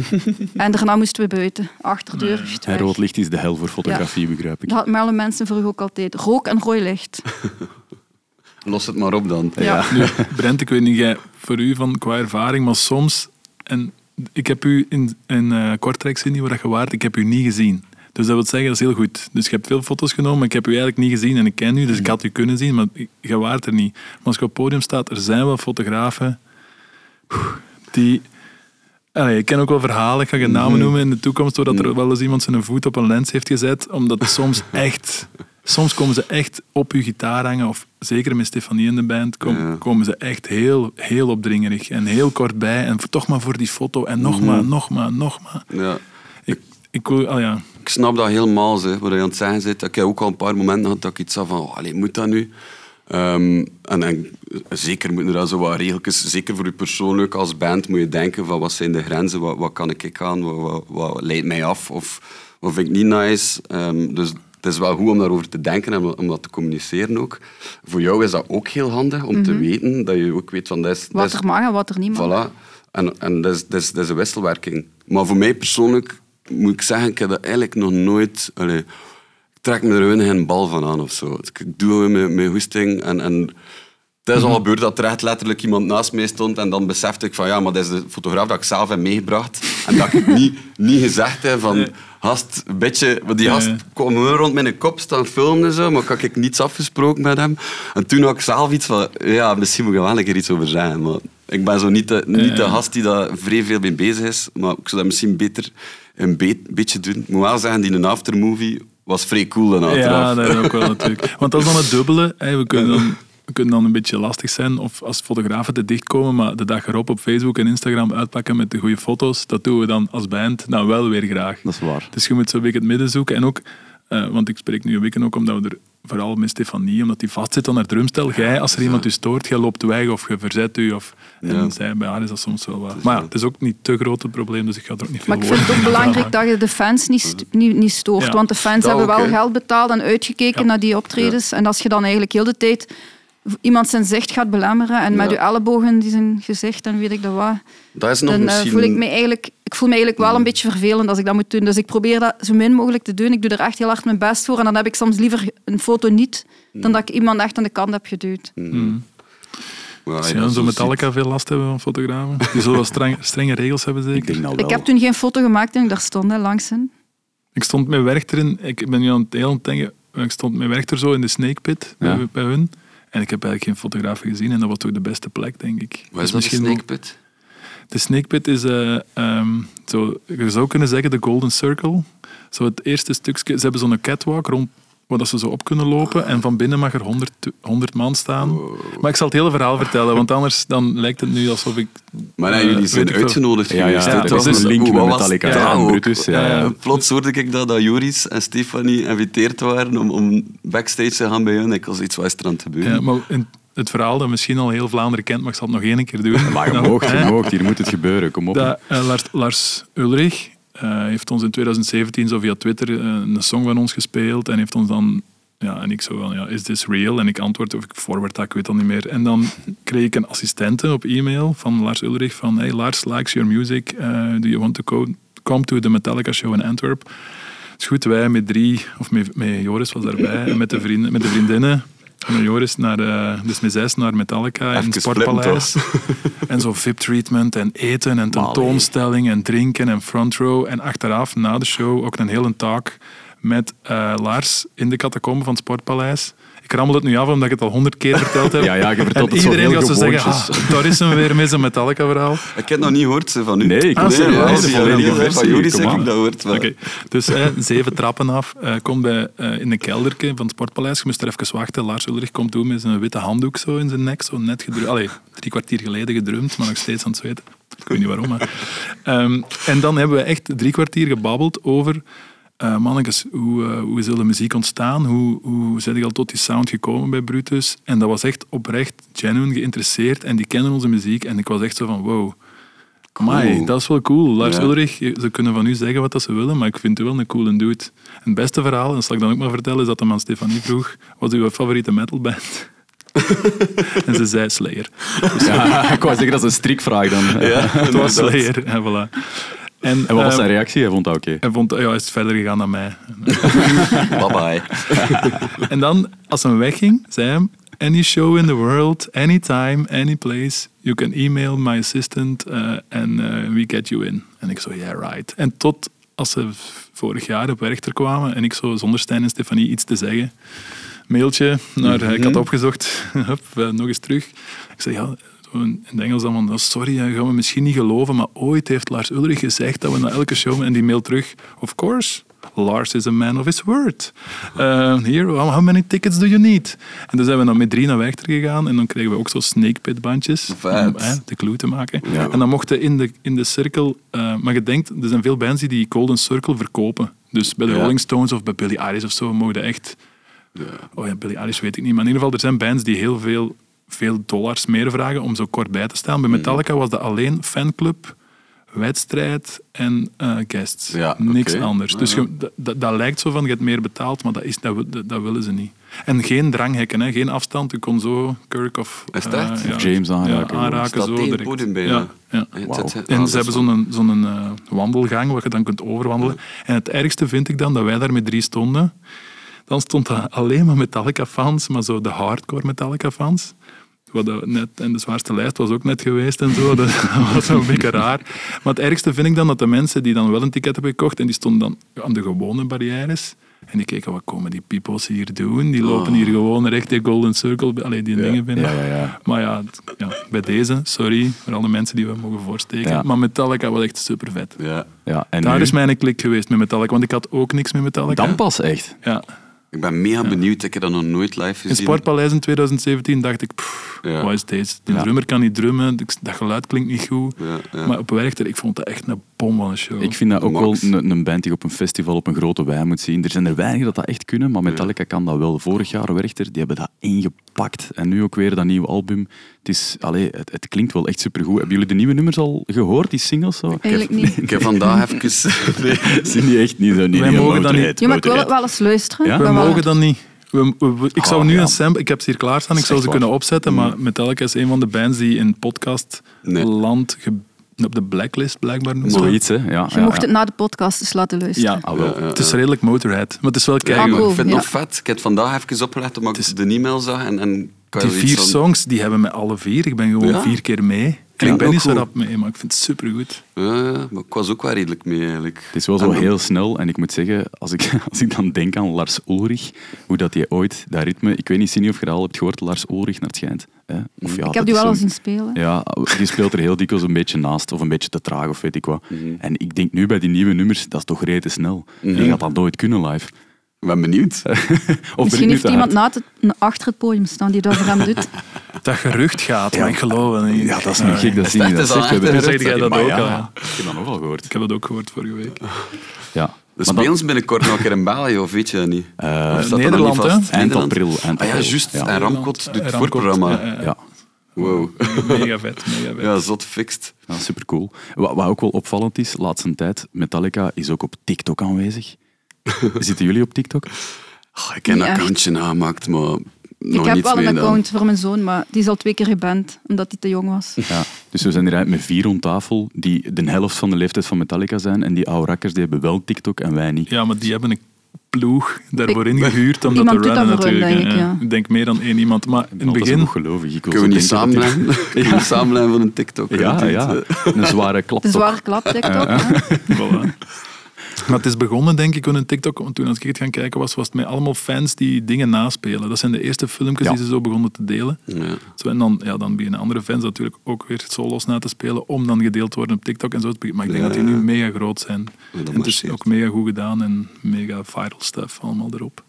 En daarna moesten we buiten. Achterdeur. Nee. En rood licht is de hel voor fotografie, begrijp ik. Dat had Merle mensen vroeger ook altijd. Rook en rood licht. Los het maar op dan. Ja. Nu, Brent, ik weet niet jij, voor u van qua ervaring, maar soms, en ik heb u in, in uh, Kortrijk zien, waar je waart, ik heb u niet gezien. Dus dat wil zeggen, dat is heel goed. Dus je hebt veel foto's genomen, maar ik heb u eigenlijk niet gezien en ik ken u, dus ik had u kunnen zien, maar je waart er niet. Maar als je op het podium staat, er zijn wel fotografen die... Allee, ik ken ook wel verhalen, ik ga geen namen noemen in de toekomst, doordat er wel eens iemand zijn voet op een lens heeft gezet, omdat soms echt... Soms komen ze echt op je gitaar hangen, of zeker met Stefanie in de band, kom, Ja. komen komen ze echt heel, heel opdringerig en heel kort bij. En toch maar voor die foto en nog maar, nog maar, nog maar. Ja. Ik, ik, wil- oh ja. Ik snap dat helemaal, zeg, wat je aan het zeggen zit. Ik heb ook al een paar momenten gehad dat ik iets had van, oh, allee, moet dat nu? Um, en, en zeker moeten er zo wat regeltjes, zeker voor je persoonlijk als band, moet je denken van wat zijn de grenzen, wat, wat kan ik aan, wat, wat, wat leidt mij af of wat vind ik niet nice. Um, dus het is wel goed om daarover te denken en om dat te communiceren ook. Voor jou is dat ook heel handig om mm-hmm. te weten, dat je ook weet van... Dat is, wat dat is, er mag en wat er niet mag. Voilà. En, en dat, is, dat, is, dat is een wisselwerking. Maar voor mij persoonlijk moet ik zeggen, ik heb dat eigenlijk nog nooit... Allee, ik trek me er geen bal van aan of zo. Ik doe het met, met hoesting en... en het is al gebeurd dat er echt letterlijk iemand naast mij stond en dan besefte ik van ja, maar dat is de fotograaf dat ik zelf heb meegebracht. En dat ik niet, niet gezegd heb van... Nee. Gast, een beetje... Die gast kwam gewoon rond mijn kop staan filmen en zo, maar ik had ik niets afgesproken met hem. En toen had ik zelf iets van... Ja, misschien moet ik er wel een keer iets over zeggen, maar... Ik ben zo niet de, niet de gast die daar vrij veel mee bezig is, maar ik zou dat misschien beter een be- beetje doen. Ik moet wel zeggen, die een aftermovie was vrij cool dan achteraf. Ja, dat is ook wel natuurlijk. Want dat is dan het dubbele. Hè. We kunnen dan... We kunnen dan een beetje lastig zijn of als fotografen te dichtkomen, maar de dag erop op Facebook en Instagram uitpakken met de goede foto's, dat doen we dan als band dan wel weer graag. Dat is waar. Dus je moet zo'n beetje het midden zoeken. En ook, uh, want ik spreek nu een beetje ook omdat we er, vooral met Stefanie, omdat die vastzit aan haar drumstel. Jij, als er iemand u stoort, jij loopt weg of je verzet u. Of, ja. En zij, bij haar is dat soms wel wat. Maar ja, het is ook niet te groot het probleem, dus ik ga er ook niet veel over. Maar ik vind het ook belangrijk dat je de fans niet, st- niet, niet stoort. Ja. Want de fans dat hebben wel he. geld betaald en uitgekeken ja. naar die optredens. Ja. En als je dan eigenlijk heel de tijd... iemand zijn zicht gaat belemmeren en ja. met je ellebogen die zijn gezicht en weet ik dat wat, dat is nog dan misschien... voel ik me eigenlijk, ik voel me eigenlijk wel een beetje vervelend als ik dat moet doen. Dus ik probeer dat zo min mogelijk te doen. Ik doe er echt heel hard mijn best voor en dan heb ik soms liever een foto niet dan dat ik iemand echt aan de kant heb geduwd. Mm. Well, Zou je zo Metallica veel last hebben van fotografen? Die zullen wel streng, strenge regels hebben zeker? Ik, nou ik heb toen geen foto gemaakt en ik daar stond hè, langs in. Ik stond met Werchter in, ik ben nu aan het heel aan het denken, ik stond met Werchter zo in de Snake Pit ja. bij, bij hun. En ik heb eigenlijk geen fotografen gezien en dat was toch de beste plek, denk ik. Wat is dus dat, de Snake Pit? De Snake Pit is, uh, um, zo, je zou kunnen zeggen, de Golden Circle. Zo het eerste stukje, ze hebben zo'n catwalk rond waar ze zo op kunnen lopen en van binnen mag er honderd man staan. Wow. Maar ik zal het hele verhaal vertellen, want anders dan lijkt het nu alsof ik... Maar nee, jullie zijn uitgenodigd ja, geweest. Ja, ja, dat was dus een link met Metallica ja, en Brutus. Ja, ja. Plots hoorde ik dat, dat Joris en Stefanie geïnviteerd waren om, om backstage te gaan bij hun. Ik was iets wat is er aan te gebeuren. Ja, maar in het verhaal dat misschien al heel Vlaanderen kent, maar ik zal het nog één keer doen. Maar je moogt, je moogt, hier moet het gebeuren, kom op. Dat, uh, Lars, Lars Ulrich uh, heeft ons in twintig zeventien zo via Twitter uh, een song van ons gespeeld en heeft ons dan... Ja, en ik zo van, ja, is this real? En ik antwoord, of ik forward dat, ik weet dat niet meer. En dan kreeg ik een assistente op e-mail van Lars Ulrich van, hey Lars, likes your music, uh, do you want to go, come to the Metallica show in Antwerp? Het is goed, wij met drie, of met, met Joris was daarbij, en met de, vrienden, met de vriendinnen, met Joris naar, uh, dus met zes naar Metallica in het Sportpaleis. En zo V I P-treatment en eten en tentoonstelling en drinken en front row. En achteraf, na de show, ook een hele talk met uh, Lars in de catacomben van het Sportpaleis. Ik rammel het nu af omdat ik het al honderd keer verteld heb. Ja, ja, je vertelt en het iedereen zo gaat heel zo zeggen, ah, daar is hem weer met zijn Metallica-verhaal. Ik heb het nog niet gehoord van u. Nee, ik ah, nee, nee, nee, de volledige versie. Van jullie zeg ik dat hoort. Okay. Dus eh, zeven trappen af. Uh, komt bij, uh, in een kelderke van het Sportpaleis. Je moest er even wachten. Lars Ulrich komt toe met zijn witte handdoek zo in zijn nek. Zo net gedrumd. Allee, drie kwartier geleden gedrumd, maar nog steeds aan het zweten. Ik weet niet waarom. Maar. Um, en dan hebben we echt drie kwartier gebabbeld over... Uh, mannetjes, hoe, uh, hoe is de muziek ontstaan? Hoe, hoe zijn je al tot die sound gekomen bij Brutus? En dat was echt oprecht, genuine geïnteresseerd. En die kennen onze muziek. En ik was echt zo van, wow, amai, cool. Dat is wel cool. Lars ja. Ulrich, ze kunnen van u zeggen wat dat ze willen, maar ik vind u wel een coole dude. En het beste verhaal, en dat zal ik dan ook maar vertellen, is dat de man Stefanie vroeg, wat is uw favoriete metalband? En ze zei Slayer. Dus, ja, ik wou zeggen, dat is een strikvraag dan. Ja, het was Slayer. En voilà. En, en wat was zijn reactie? Hij vond dat oké? Okay. Hij vond, ja, hij is verder gegaan dan mij. Bye bye. En dan, als hij wegging, zei hij... Any show in the world, anytime, any place, you can email my assistant uh, and uh, we get you in. En ik zo, yeah, right. En tot als ze vorig jaar op Werchter kwamen en ik zo zonder Stijn en Stefanie iets te zeggen, mailtje naar, mm-hmm. ik had opgezocht, hup, uh, nog eens terug. Ik zei, ja... in het Engels dan van, sorry, dat gaan we misschien niet geloven, maar ooit heeft Lars Ulrich gezegd dat we naar elke show... En die mail terug, of course, Lars is a man of his word. Uh, here, how many tickets do you need? En dus zijn we dan met drie naar Werchter gegaan en dan kregen we ook zo Snake Pit bandjes om eh, de clue te maken. Ja. En dan mochten in de, in de cirkel... Uh, maar je denkt, er zijn veel bands die die Golden Circle verkopen. Dus bij de ja. Rolling Stones of bij Billie Eilish of zo mogen echt... Ja. Oh ja, Billie Eilish weet ik niet. Maar in ieder geval, er zijn bands die heel veel, veel dollars meer vragen om zo kort bij te staan. Bij Metallica was dat alleen fanclub, wedstrijd en uh, guests. Ja, Niks okay. anders. Ja, Dus ja. je, dat, dat, dat lijkt zo van, je hebt meer betaald, maar dat, is, dat, dat, dat willen ze niet. En geen dranghekken, hè. Geen afstand. Je kon zo Kirk of... Is het echt? Uh, Of James aanraken. Ja, aanraken Staat zo tegen het direct. podium bijna. Ja, ja. Het- Wauw. het- het- En ah, ze dat hebben is wel- zo'n zo'n uh, wandelgang waar je dan kunt overwandelen. En het ergste vind ik dan dat wij daar met drie stonden. Dan stond dat alleen maar Metallica-fans, maar zo de hardcore Metallica-fans. Wat dat net, en de zwaarste lijst was ook net geweest en zo. Dat was wel een beetje raar. Maar het ergste vind ik dan dat de mensen die dan wel een ticket hebben gekocht en die stonden dan aan de gewone barrières. En die keken, wat komen die peoples hier doen? Die lopen hier gewoon recht die Golden Circle, allee, die dingen binnen. Ja, ja, ja. Maar ja, het- ja, bij deze, sorry voor alle mensen die we mogen voorsteken. Ja. Maar Metallica was echt super vet. Ja. Ja, en Daar nu? is mijn klik geweest met Metallica, want ik had ook niks met Metallica. Dan pas echt. Ja. Ik ben mega benieuwd. Ik heb dat nog nooit live gezien. In Sportpaleis in twintig zeventien dacht ik, pff, Ja. wat is deze? De Ja. drummer kan niet drummen, dat geluid klinkt niet goed. Ja, ja. Maar op Werchter, ik vond dat echt een bom van een show. Ik vind dat ook Max. wel een, een band die op een festival op een grote wei moet zien. Er zijn er weinigen dat dat echt kunnen, maar Metallica kan dat wel. Vorig jaar Werchter, die hebben dat ingepakt. En nu ook weer dat nieuwe album. Het, is, allee, het, het klinkt wel echt supergoed. Hebben jullie de nieuwe nummers al gehoord, die singles? Zo? Eigenlijk niet. Ik heb vandaag even... Nee. Zie niet echt niet zo. Niet, Wij niet mogen dat Motorhead, niet. Ja, maar ik wil het Motorhead. wel eens luisteren. Ja? Ik We ben wel- mogen dat niet. We, we- we- ik zou Ah, nu ja. een sample... Ik heb ze hier klaarstaan, ik zou Zeg ze wat. kunnen opzetten, maar Metallica is een van de bands die in podcast Nee. land ge- op de blacklist blijkbaar noemen ze dat. Zoiets, hè? Ja, Je ja, mocht ja. het na de podcast eens laten luisteren. Ja, Ah, wel. Ja, ja, het is redelijk Motorhead, maar het is wel Ja, keigoed. Ah, maar cool, ik vind het ja. nog vet. Ik heb het vandaag even opgelet omdat ik de e-mail zag. En, en kan je Die iets vier van- songs, die hebben me alle vier. Ik ben gewoon Ja? vier keer mee. En Ja, ik ben ook niet zo goed. rap mee, maar ik vind het supergoed. Ja, ja, maar ik was ook wel redelijk mee eigenlijk. Het is wel zo En- heel snel. En ik moet zeggen, als ik, als ik dan denk aan Lars Ulrich, hoe dat hij ooit dat ritme... Ik weet niet, Cindy, of je dat al hebt gehoord, Lars Ulrich naar het schijnt. Hè? Of, ja, Ik dat heb die is wel al zo'n- zien spelen. Ja, die speelt er heel dikwijls een beetje naast, of een beetje te traag, of weet ik wat. En ik denk nu bij die nieuwe nummers, dat is toch rete snel. Die gaat dat nooit kunnen live. Ik ben benieuwd. Of ben ik Misschien nu heeft te iemand hard? na het, achter het podium staan die dat voor hem doet. Dat gerucht gaat, maar ik geloof het niet. Ja, dat is niet gek dat Cindy dat Is dat zegt. echt We hebben- een Zeg jij dat Maar ook ja, al, ja. Ik heb dat nog wel gehoord. Ik heb dat ook gehoord vorige week. Ja. Dus Maar spelen dat- ze binnenkort nog een keer in België, of weet je dat niet? Eh, Of staat dat Nederland, nog niet vast? hè? Eind Nederland? april, eind Ah ja, april. juist. Ja. En Ramkot doet het Ramkot, voorprogramma. ja, ja. Ja, Wow. Mega vet, mega vet. Ja, zot fixed. ja supercool. Wat, wat ook wel opvallend is, laatste tijd, Metallica is ook op TikTok aanwezig. Zitten jullie op TikTok? Oh, ik heb een Niet echt. accountje aangemaakt, maar nog Ik heb niets wel een mee gedaan. account voor mijn zoon, maar die is al twee keer geband, omdat hij te jong was. Ja. Dus we zijn hier eigenlijk met vier rond tafel die de helft van de leeftijd van Metallica zijn. En die oude rakkers die hebben wel TikTok en wij niet. Ja, maar die hebben een ploeg daarvoor ingehuurd om dat Iemand te doet runnen dat voor hun, natuurlijk. denk ik, hè. ja. Ik denk meer dan één iemand. Maar Ik in ben het altijd zo begin... goed gelovig. Ik wil Kunnen we zo niet denken dat samenleggen? Kunnen we samenleggen van een TikTok? die- Ja, ja. Een zware klap. De zware klap, TikTok. hè. Voilà. Maar het is begonnen, denk ik, met een TikTok. Want toen als ik het gaan kijken was, was het met allemaal fans die dingen naspelen. Dat zijn de eerste filmpjes Ja. die ze zo begonnen te delen. Ja. Zo, en dan, ja, dan beginnen andere fans natuurlijk ook weer solos na te spelen om dan gedeeld te worden op TikTok en zo. Maar ik denk Ja, dat die nu ja. mega groot zijn. Ja, dat en het is marcheert. ook mega goed gedaan en mega viral stuff allemaal erop.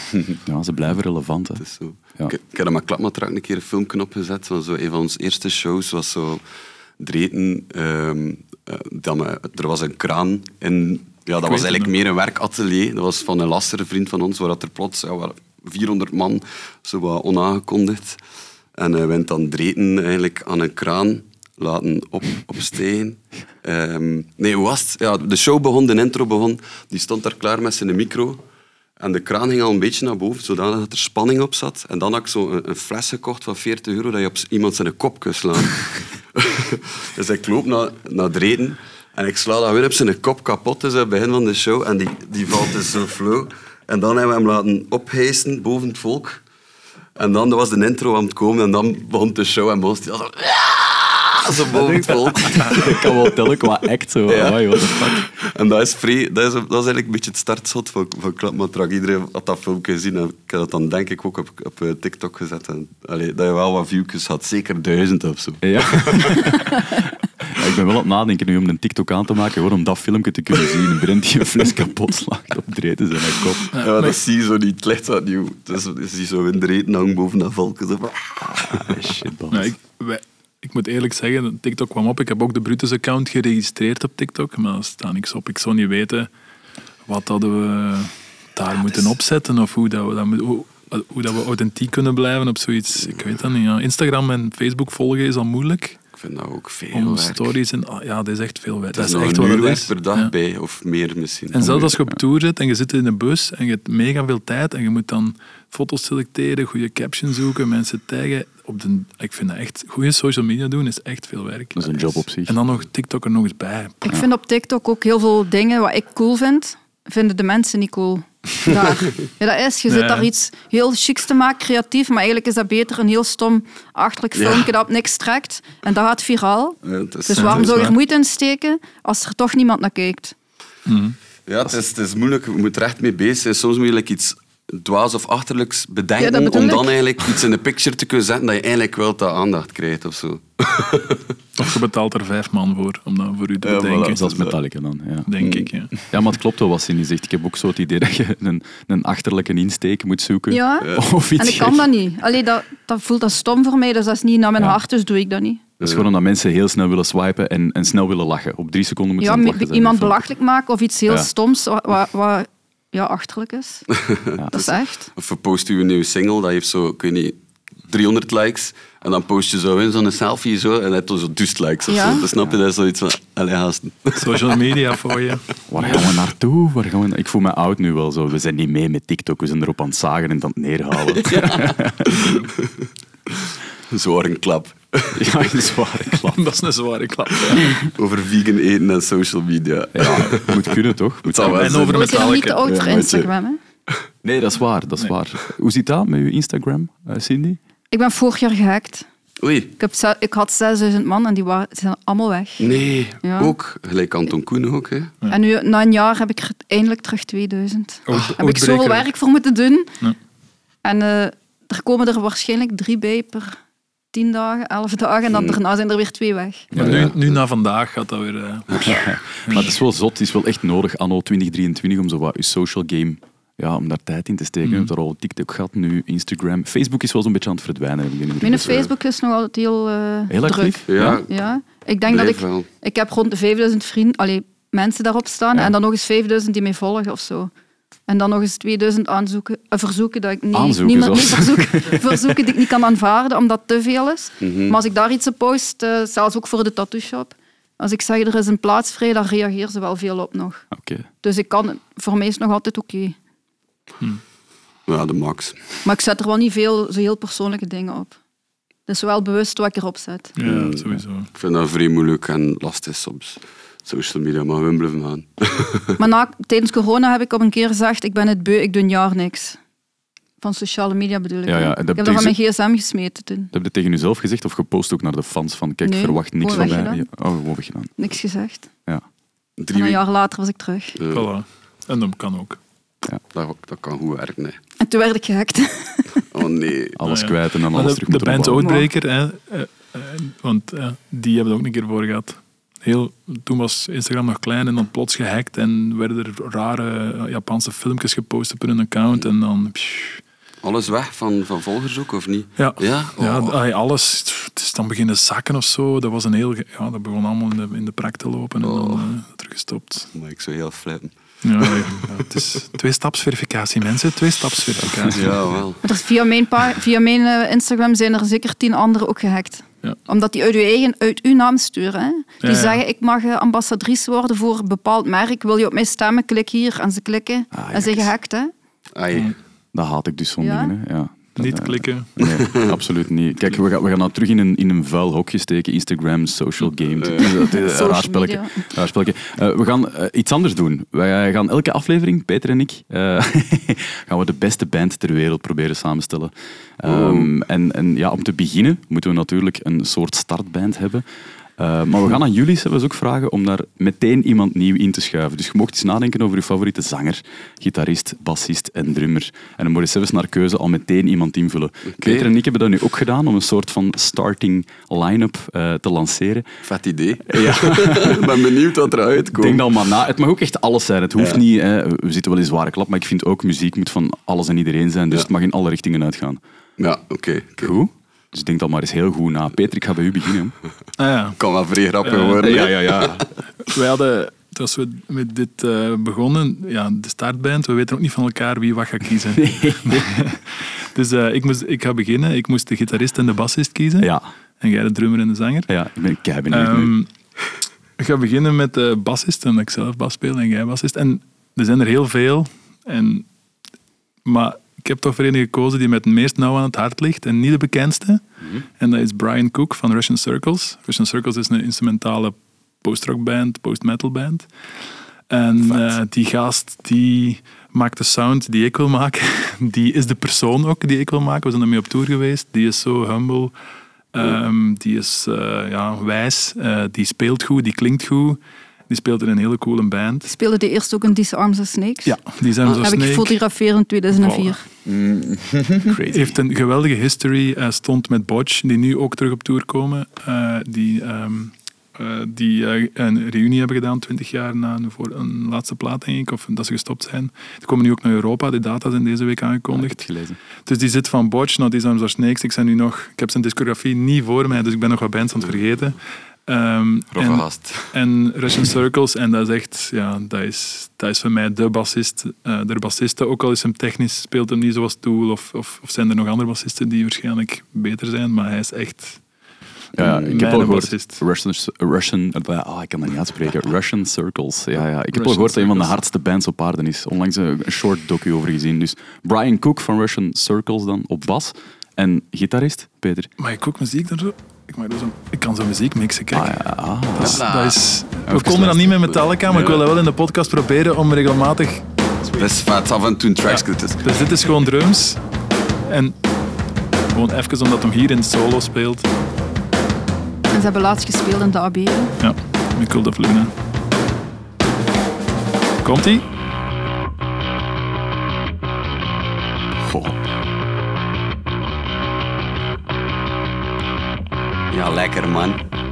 Ja, ze blijven relevant. Hè. Het is zo. Ja. Ik, ik heb er met Klapmatrak een keer een filmpje opgezet van zo een van onze eerste shows was zo Dreten. ehm, eh, dat me- er was een kraan in... Ja, dat was weet het eigenlijk nog. meer een werkatelier. Dat was van een lasser, een vriend van ons, waar dat er plots ja, waar vierhonderd man zo wat onaangekondigd. En uh, we hebben dan Dreten eigenlijk aan een kraan laten op, opstijgen. Ehm, nee, hoe was het? Ja, de show begon, de intro begon. Die stond daar klaar met zijn micro. En de kraan ging al een beetje naar boven, zodanig dat er spanning op zat. En dan had ik zo een, een fles gekocht van veertig euro dat je op iemand zijn kop kunt slaan. Dus ik loop naar, naar Dreten en ik sla dat weer op zijn kop kapot. Dus aan het begin van de show. En die, die valt dus zo flow. En dan hebben we hem laten ophijsen boven het volk. En dan was de intro aan het komen en dan begon de show en begon hij zo... Zo boven het volk. Ik kan wel tellen qua act. Zo. Ja. Amai, what the fuck. En dat is, vrij, dat, is, dat is eigenlijk een beetje het startschot van, van Klapmatrak. Iedereen had dat filmpje gezien en ik heb dat dan denk ik ook op, op eh, TikTok gezet. En, allee, dat je wel wat viewjes had, zeker duizend of zo. Ja. Ja, ik ben wel aan het nadenken nu om een TikTok aan te maken, gewoon om dat filmpje te kunnen zien. Brent die een fles kapot slaagt op Dreten zijn kop. Ja, maar dat zie je zo niet, het ligt zo nieuw. Dus je ziet zo in de reten hangen boven dat valken. Zo. Ah, shit, man. Nou, ik, wij- ik moet eerlijk zeggen, TikTok kwam op. Ik heb ook de Brutus-account geregistreerd op TikTok, maar er staat niks op. Ik zou niet weten wat hadden we daar moeten opzetten of hoe dat we dat moeten... hoe- hoe dat we authentiek kunnen blijven op zoiets. Ik weet dat niet. Ja. Instagram en Facebook volgen is al moeilijk. Ik vind dat ook veel Om werk. stories en... ah, ja, dat is echt veel werk. Dat is echt nog wat een uur het werk is. per dag Ja. bij, of meer misschien. En zelfs als je op tour zit en je zit in een bus en je hebt mega veel tijd en je moet dan foto's selecteren, goede captions zoeken, mensen taggen. Op de, ik vind dat echt... Goede social media doen is echt veel werk. Dat is een job op zich. En dan nog TikTok er nog eens bij. Ik vind op TikTok ook heel veel dingen wat ik cool vind, vinden de mensen niet cool. Daar. Ja, dat is. Je zit Ja. daar iets heel chics te maken, creatief, maar eigenlijk is dat beter een heel stom, achterlijk Ja. filmpje dat op niks trekt. En dat gaat viraal. Ja, het is, Dus Ja, waarom dat is zou je er waar. moeite in steken als er toch niemand naar kijkt? ja, het, is, het is moeilijk. Je moet er echt mee bezig zijn. Soms moet je like, iets dwaas of achterlijks Ja, bedenken dat bedoel om ik. dan eigenlijk iets in de picture te kunnen zetten dat je eigenlijk wel dat aandacht krijgt of zo. Of je betaalt er vijf man voor om dat voor u te Ja, bedenken. voilà. Zelfs Metallica dan, ja. Denk ik, ja. Ja, maar het klopt wel wat Cindy zegt. Ik heb ook zo het idee dat je een, een achterlijke insteek moet zoeken. Ja, Of iets en ik kan dat niet. Allee, dat, dat voelt dat stom voor mij, dus dat is niet naar mijn Ja. hart, dus doe ik dat niet. Dat is gewoon omdat mensen heel snel willen swipen en, en snel willen lachen. Op drie seconden moeten Ja, ze aan het me- lachen iemand zijn. belachelijk maken of iets heel Ja. stoms, wat, wat, wat ja, achterlijk is. Dat is echt. Of je post je een nieuwe single, dat heeft zo, ik weet niet, driehonderd likes. En dan post je zo in zo'n selfie zo, en dat heeft dan zo duizend likes of Ja. zo. Dan snap je dat is zoiets van, allee, haasten. Social media voor je. Waar gaan we naartoe? Waar gaan we na- Ik voel me oud nu wel zo. We zijn niet mee met TikTok. We zijn erop aan het zagen en aan het neerhalen. Zware klap. Ja, een zware klap. Dat is een zware klap. Ja. Over vegan eten en social media. Ja, moet kunnen toch? Moet zou wel kunnen. En over We zijn nog niet te Metallica. oud voor Ja, Instagram, hè? Nee, dat is waar. Dat is waar. Hoe zit dat met uw Instagram, eh, Cindy? Ik ben vorig jaar gehackt. Oei. Ik, heb, ze- ik had zesduizend man en die waren, die zijn allemaal weg. Nee, Ja. ook. Gelijk Anton Koen ook, hè. En nu, na een jaar, heb ik er eindelijk terug tweeduizend. Oud- heb ik oudbreker. zoveel werk voor moeten doen. Ja. En eh, er komen er waarschijnlijk drie bij per tien dagen, elf dagen. En dan daarna zijn er weer twee weg. Maar nu, nu na vandaag gaat dat weer... eh, Maar het is wel zot. Het is wel echt nodig, anno twintig drieëntwintig, om zo wat je social game... Ja, om daar tijd in te steken. We hebben er al TikTok gehad, nu Instagram. Facebook is wel zo'n beetje aan het verdwijnen. Heb ik de indruk. Mijn Dus, eh, Facebook is nog altijd heel, eh, Heel druk. actief? Ja, Ja, ik denk dat ik... blijf wel. Ik heb rond de vijfduizend vrienden, allee, mensen daarop staan. Ja. En dan nog eens vijfduizend die mij volgen of zo. En dan nog eens tweeduizend aanzoeken, eh, verzoeken dat ik niet, Aanzoeken niet, meer- niet zelfs. verzoeken, verzoeken die ik niet kan aanvaarden, omdat het te veel is. Mhm. Maar als ik daar iets op post, eh, zelfs ook voor de tattoo shop, als ik zeg er is een plaats vrij, dan reageren ze wel veel op nog. Oké. Dus ik kan, voor mij is het nog altijd oké. Ja, de max. Maar ik zet er wel niet veel zo heel persoonlijke dingen op. Het is wel bewust wat ik erop zet. ja, sowieso. Ik vind dat vrij moeilijk en lastig soms. Social media, maar we blijven gaan. Maar na, tijdens corona heb ik op een keer gezegd, ik ben het beu, ik doe een jaar niks. Van sociale media bedoel ik. Ja, hè. ja, en dat ik heb dat van mijn betekent- gsm gesmeten toen. Heb je dat tegen jezelf gezegd of gepost ook naar de fans van kijk, Nee, verwacht niks gewoon van mij? weggedaan. Ja, oh, gewoon weggedaan. Niks gezegd. Ja. Drie En een weken. jaar later was ik terug. Ja, Voilà. En dat kan ook. dat, dat kan goed werken, hè. En toen werd ik gehackt. Oh nee. Alles Ah, ja. kwijt en dan Maar alles de, terug de moeten band opbouwen. Outbreaker, hè, eh, eh, want eh, die hebben we ook een keer voor gehad. Heel, toen was Instagram nog klein en dan plots gehackt en werden er rare eh, Japanse filmpjes gepost op hun account en dan... psh, Alles weg van, van volgers ook, of niet? ja, Ja? ja Oh. allee, alles. Het is dan beginnen zakken of zo. Dat was een heel... ge- Ja, dat begon allemaal in de, in de prak te lopen en dan Oh. eh, terug gestopt. Maar ik zou heel flippen. Ja, ja, ja, het is twee-stapsverificatie, mensen. Twee-stapsverificatie. Ja, wel. Maar er is via mijn, pa- via mijn eh, Instagram zijn er zeker tien anderen ook gehackt. Ja. Omdat die uit uw, eigen, uit uw naam sturen. Hè. Die Ja, ja. zeggen, ik mag eh, ambassadrice worden voor een bepaald merk. Wil je op mij stemmen? Klik hier. En ze klikken. Ah, en ze jaks. gehackt. Hè. Ai. Dat haat ik dus van Ja? dingen. Hè. Ja. Dat, Niet eh, klikken. Nee, absoluut niet. Kijk, we gaan, we gaan nou terug in een, in een vuil hokje steken. Instagram, social game. Het is, het is een Social raar spelletje. media. Raar spelletje. Eh, we gaan eh, iets anders doen. Wij gaan elke aflevering, Peter en ik, eh, gaan we de beste band ter wereld proberen samenstellen. Um, en, en ja, om te beginnen moeten we natuurlijk een soort startband hebben. Uh, maar we gaan aan jullie zelfs ook vragen om daar meteen iemand nieuw in te schuiven. Dus je mocht eens nadenken over je favoriete zanger, gitarist, bassist en drummer. En dan moet je zelfs naar keuze al meteen iemand invullen. Okay. Peter en ik hebben dat nu ook gedaan om een soort van starting line-up uh, te lanceren. Vet idee. Ja. Ik ben benieuwd wat eruit Ik komt. denk dat maar na. Het mag ook echt alles zijn. Het hoeft Ja. niet... Hè, we zitten wel in zware klap, maar ik vind ook muziek moet van alles en iedereen zijn. Dus Ja. het mag in alle richtingen uitgaan. Ja, oké. Okay, okay. Goed? Dus denk dat maar eens heel goed na. Peter, ik ga bij u beginnen. Ah, ja. Kan wel vrij grappig Ja. worden. Ja, hè? ja, ja. Wij hadden, als we met dit uh, begonnen, ja, de startband, we weten ook niet van elkaar wie wat gaat kiezen. Dus uh, ik, moest, ik ga beginnen. Ik moest de gitarist en de bassist kiezen. Ja. En jij de drummer en de zanger. Ja, ik ben kei benieuwd um, nu. Ik ga beginnen met de bassist, omdat ik zelf bas speel en jij bassist. En er zijn er heel veel. En, maar ik heb toch voor een gekozen die met het meest nauw aan het hart ligt en niet de bekendste. Mm-hmm. En dat is Brian Cook van Russian Circles. Russian Circles is een instrumentale post-rockband, post-metal band. En uh, die gast die maakt de sound die ik wil maken. Die is de persoon ook die ik wil maken. We zijn ermee op tour geweest. Die is zo humble. Um, die is uh, ja, wijs. Uh, die speelt goed, die klinkt goed. Die speelt in een hele coole band. Speelde die eerst ook in These Arms of Snakes? Ja, These Arms ah, of Snakes. Heb ik gefotografeerd in tweeduizend vier. Voilà. Mm. Crazy. Heeft een geweldige history. Hij stond met Botch, die nu ook terug op tour komen. Uh, die um, uh, die uh, een reunie hebben gedaan, twintig jaar na een, voor een laatste plaat, denk ik. Of dat ze gestopt zijn. Die komen nu ook naar Europa. De data zijn deze week aangekondigd. Ja, gelezen. Dus die zit van Botch naar These Arms of Snakes. Ik, nu nog, ik heb zijn discografie niet voor mij, dus ik ben nog wat bands aan het vergeten. Um, en, en Russian Circles, en dat is echt, ja, dat is, dat is voor mij de bassist, uh, de bassiste. Ook al is hem technisch, speelt hem niet zoals Tool, of, of, of zijn er nog andere bassisten die waarschijnlijk beter zijn, maar hij is echt ja, ik heb al gehoord, bassist. Russian, Russian oh, ik kan dat niet uitspreken, Russian Circles. Ja, ja. Ik heb al gehoord dat een van de hardste bands op aarde is. Onlangs een short docu over gezien. Dus Brian Cook van Russian Circles dan op bas en gitarist, Peter. Maar ik ook muziek dan zo? Ik, mag dus een, ik kan zo muziek mixen, kijk. Ah, ja, ah, dat is, dat is, we komen dan niet met Metallica, maar ik wil dat wel in de podcast proberen om regelmatig... Dat is vet, af en toe een tracks. Ja. Dus dit is gewoon drums. En gewoon even omdat hem hier in solo speelt. En ze hebben laatst gespeeld in de A B. Ja, in Cult of Luna. Komt-ie? Goh. Ja, lekker man.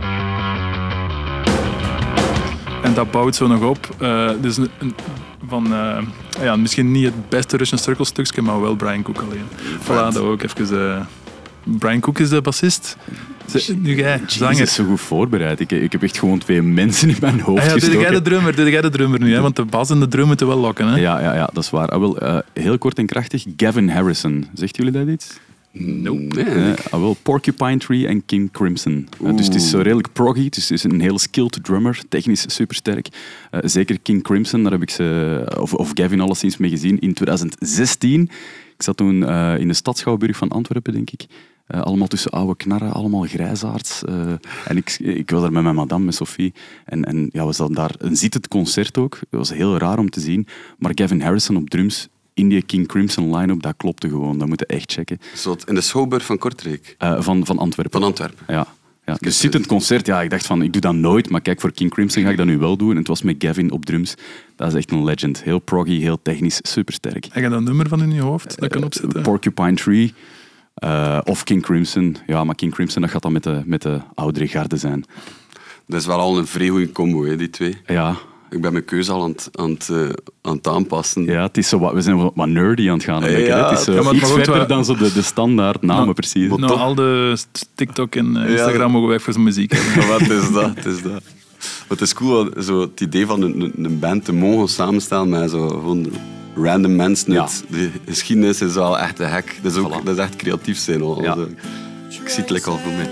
En dat bouwt zo nog op. Uh, dus een, een, van, uh, ja, misschien niet het beste Russian Circle stukje, maar wel Brian Cook alleen. Voilà, dat ook even. Uh, Brian Cook is de bassist. Z- nu jij, zanger. is zo goed voorbereid. Ik, ik heb echt gewoon twee mensen in mijn hoofd ah, ja, gestoken. Doe jij de drummer, doe jij de drummer nu, hè? Want de bas en de drum moeten wel lokken. Hè? Ja, ja, ja, dat is waar. Ah, wel, uh, heel kort en krachtig, Gavin Harrison. Zegt jullie dat iets? Nope. Nee, uh, ah, wel, Porcupine Tree en King Crimson. Uh, dus het is zo redelijk proggy. Het is, het is een heel skilled drummer, technisch supersterk. Uh, zeker King Crimson, daar heb ik ze, of, of Gavin alleszins mee gezien in twintig zestien. Ik zat toen uh, in de Stadsschouwburg van Antwerpen, denk ik. Uh, allemaal tussen oude knarren, allemaal grijsaards. Uh, en ik, ik was daar met mijn madame, met Sophie. En, en ja, we zaten daar een zittend concert ook. Het was heel raar om te zien. Maar Gavin Harrison op drums in die King Crimson line-up, dat klopte gewoon. Dat moet je echt checken. Zo, in de Schouwburg van Kortrijk? Uh, van, van Antwerpen. Van Antwerpen. Ja. Ja, dus zittend concert, ja, ik dacht van, ik doe dat nooit, maar kijk, voor King Crimson ga ik dat nu wel doen. En het was met Gavin op drums. Dat is echt een legend. Heel proggy, heel technisch, supersterk. Heb je dat nummer van in je hoofd dat kan opzetten? Uh, Porcupine Tree uh, of King Crimson. Ja, maar King Crimson, dat gaat dan met de, met de oudere garde zijn. Dat is wel al een vrij goede combo, hè, die twee. Ja. Ik ben mijn keuze al aan het, aan het, uh, aan het aanpassen. Ja, het is zo wat, we zijn wat, wat nerdy aan het gaan. Ja, ja, het is uh, ja, maar iets verder wel... dan zo de, de standaard namen, nou, precies. Nou, al de TikTok en uh, Instagram ja, mogen we even zo'n muziek hebben. Wat is dat? Het is dat. Wat is cool, zo het idee van een, een band te mogen samenstellen met zo gewoon random mensen. Ja. De geschiedenis is wel echt te gek. Dat is, ook, voilà. Dat is echt creatief zijn. Al. Ja. Also, ik zie het lekker al voor mij.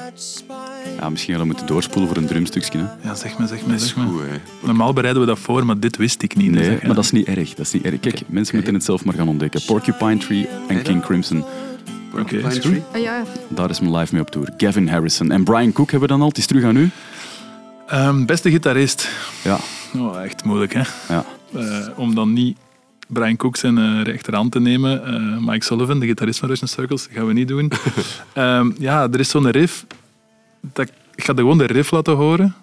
Ja, misschien gaan we moeten doorspoelen voor een drumstukje. Hè? Ja, zeg maar, zeg maar. Zeg maar. Goed, normaal bereiden we dat voor, maar dit wist ik niet. Nee, zeg, maar dat is niet erg. Dat is niet erg. Kijk, okay. mensen okay. moeten het zelf maar gaan ontdekken. Porcupine Tree en King Crimson. Oké, okay, is goed. Oh, ja. Daar is mijn live mee op tour. Gavin Harrison. En Brian Cook hebben we dan al. Het is terug aan u. Um, beste gitarist. Ja. Oh, echt moeilijk, hè? Ja. Uh, om dan niet Brian Cook zijn uh, rechterhand te nemen. Uh, Mike Sullivan, de gitarist van Russian Circles, dat gaan we niet doen. um, ja, er is zo'n riff. Dat, ik ga gewoon de riff laten horen.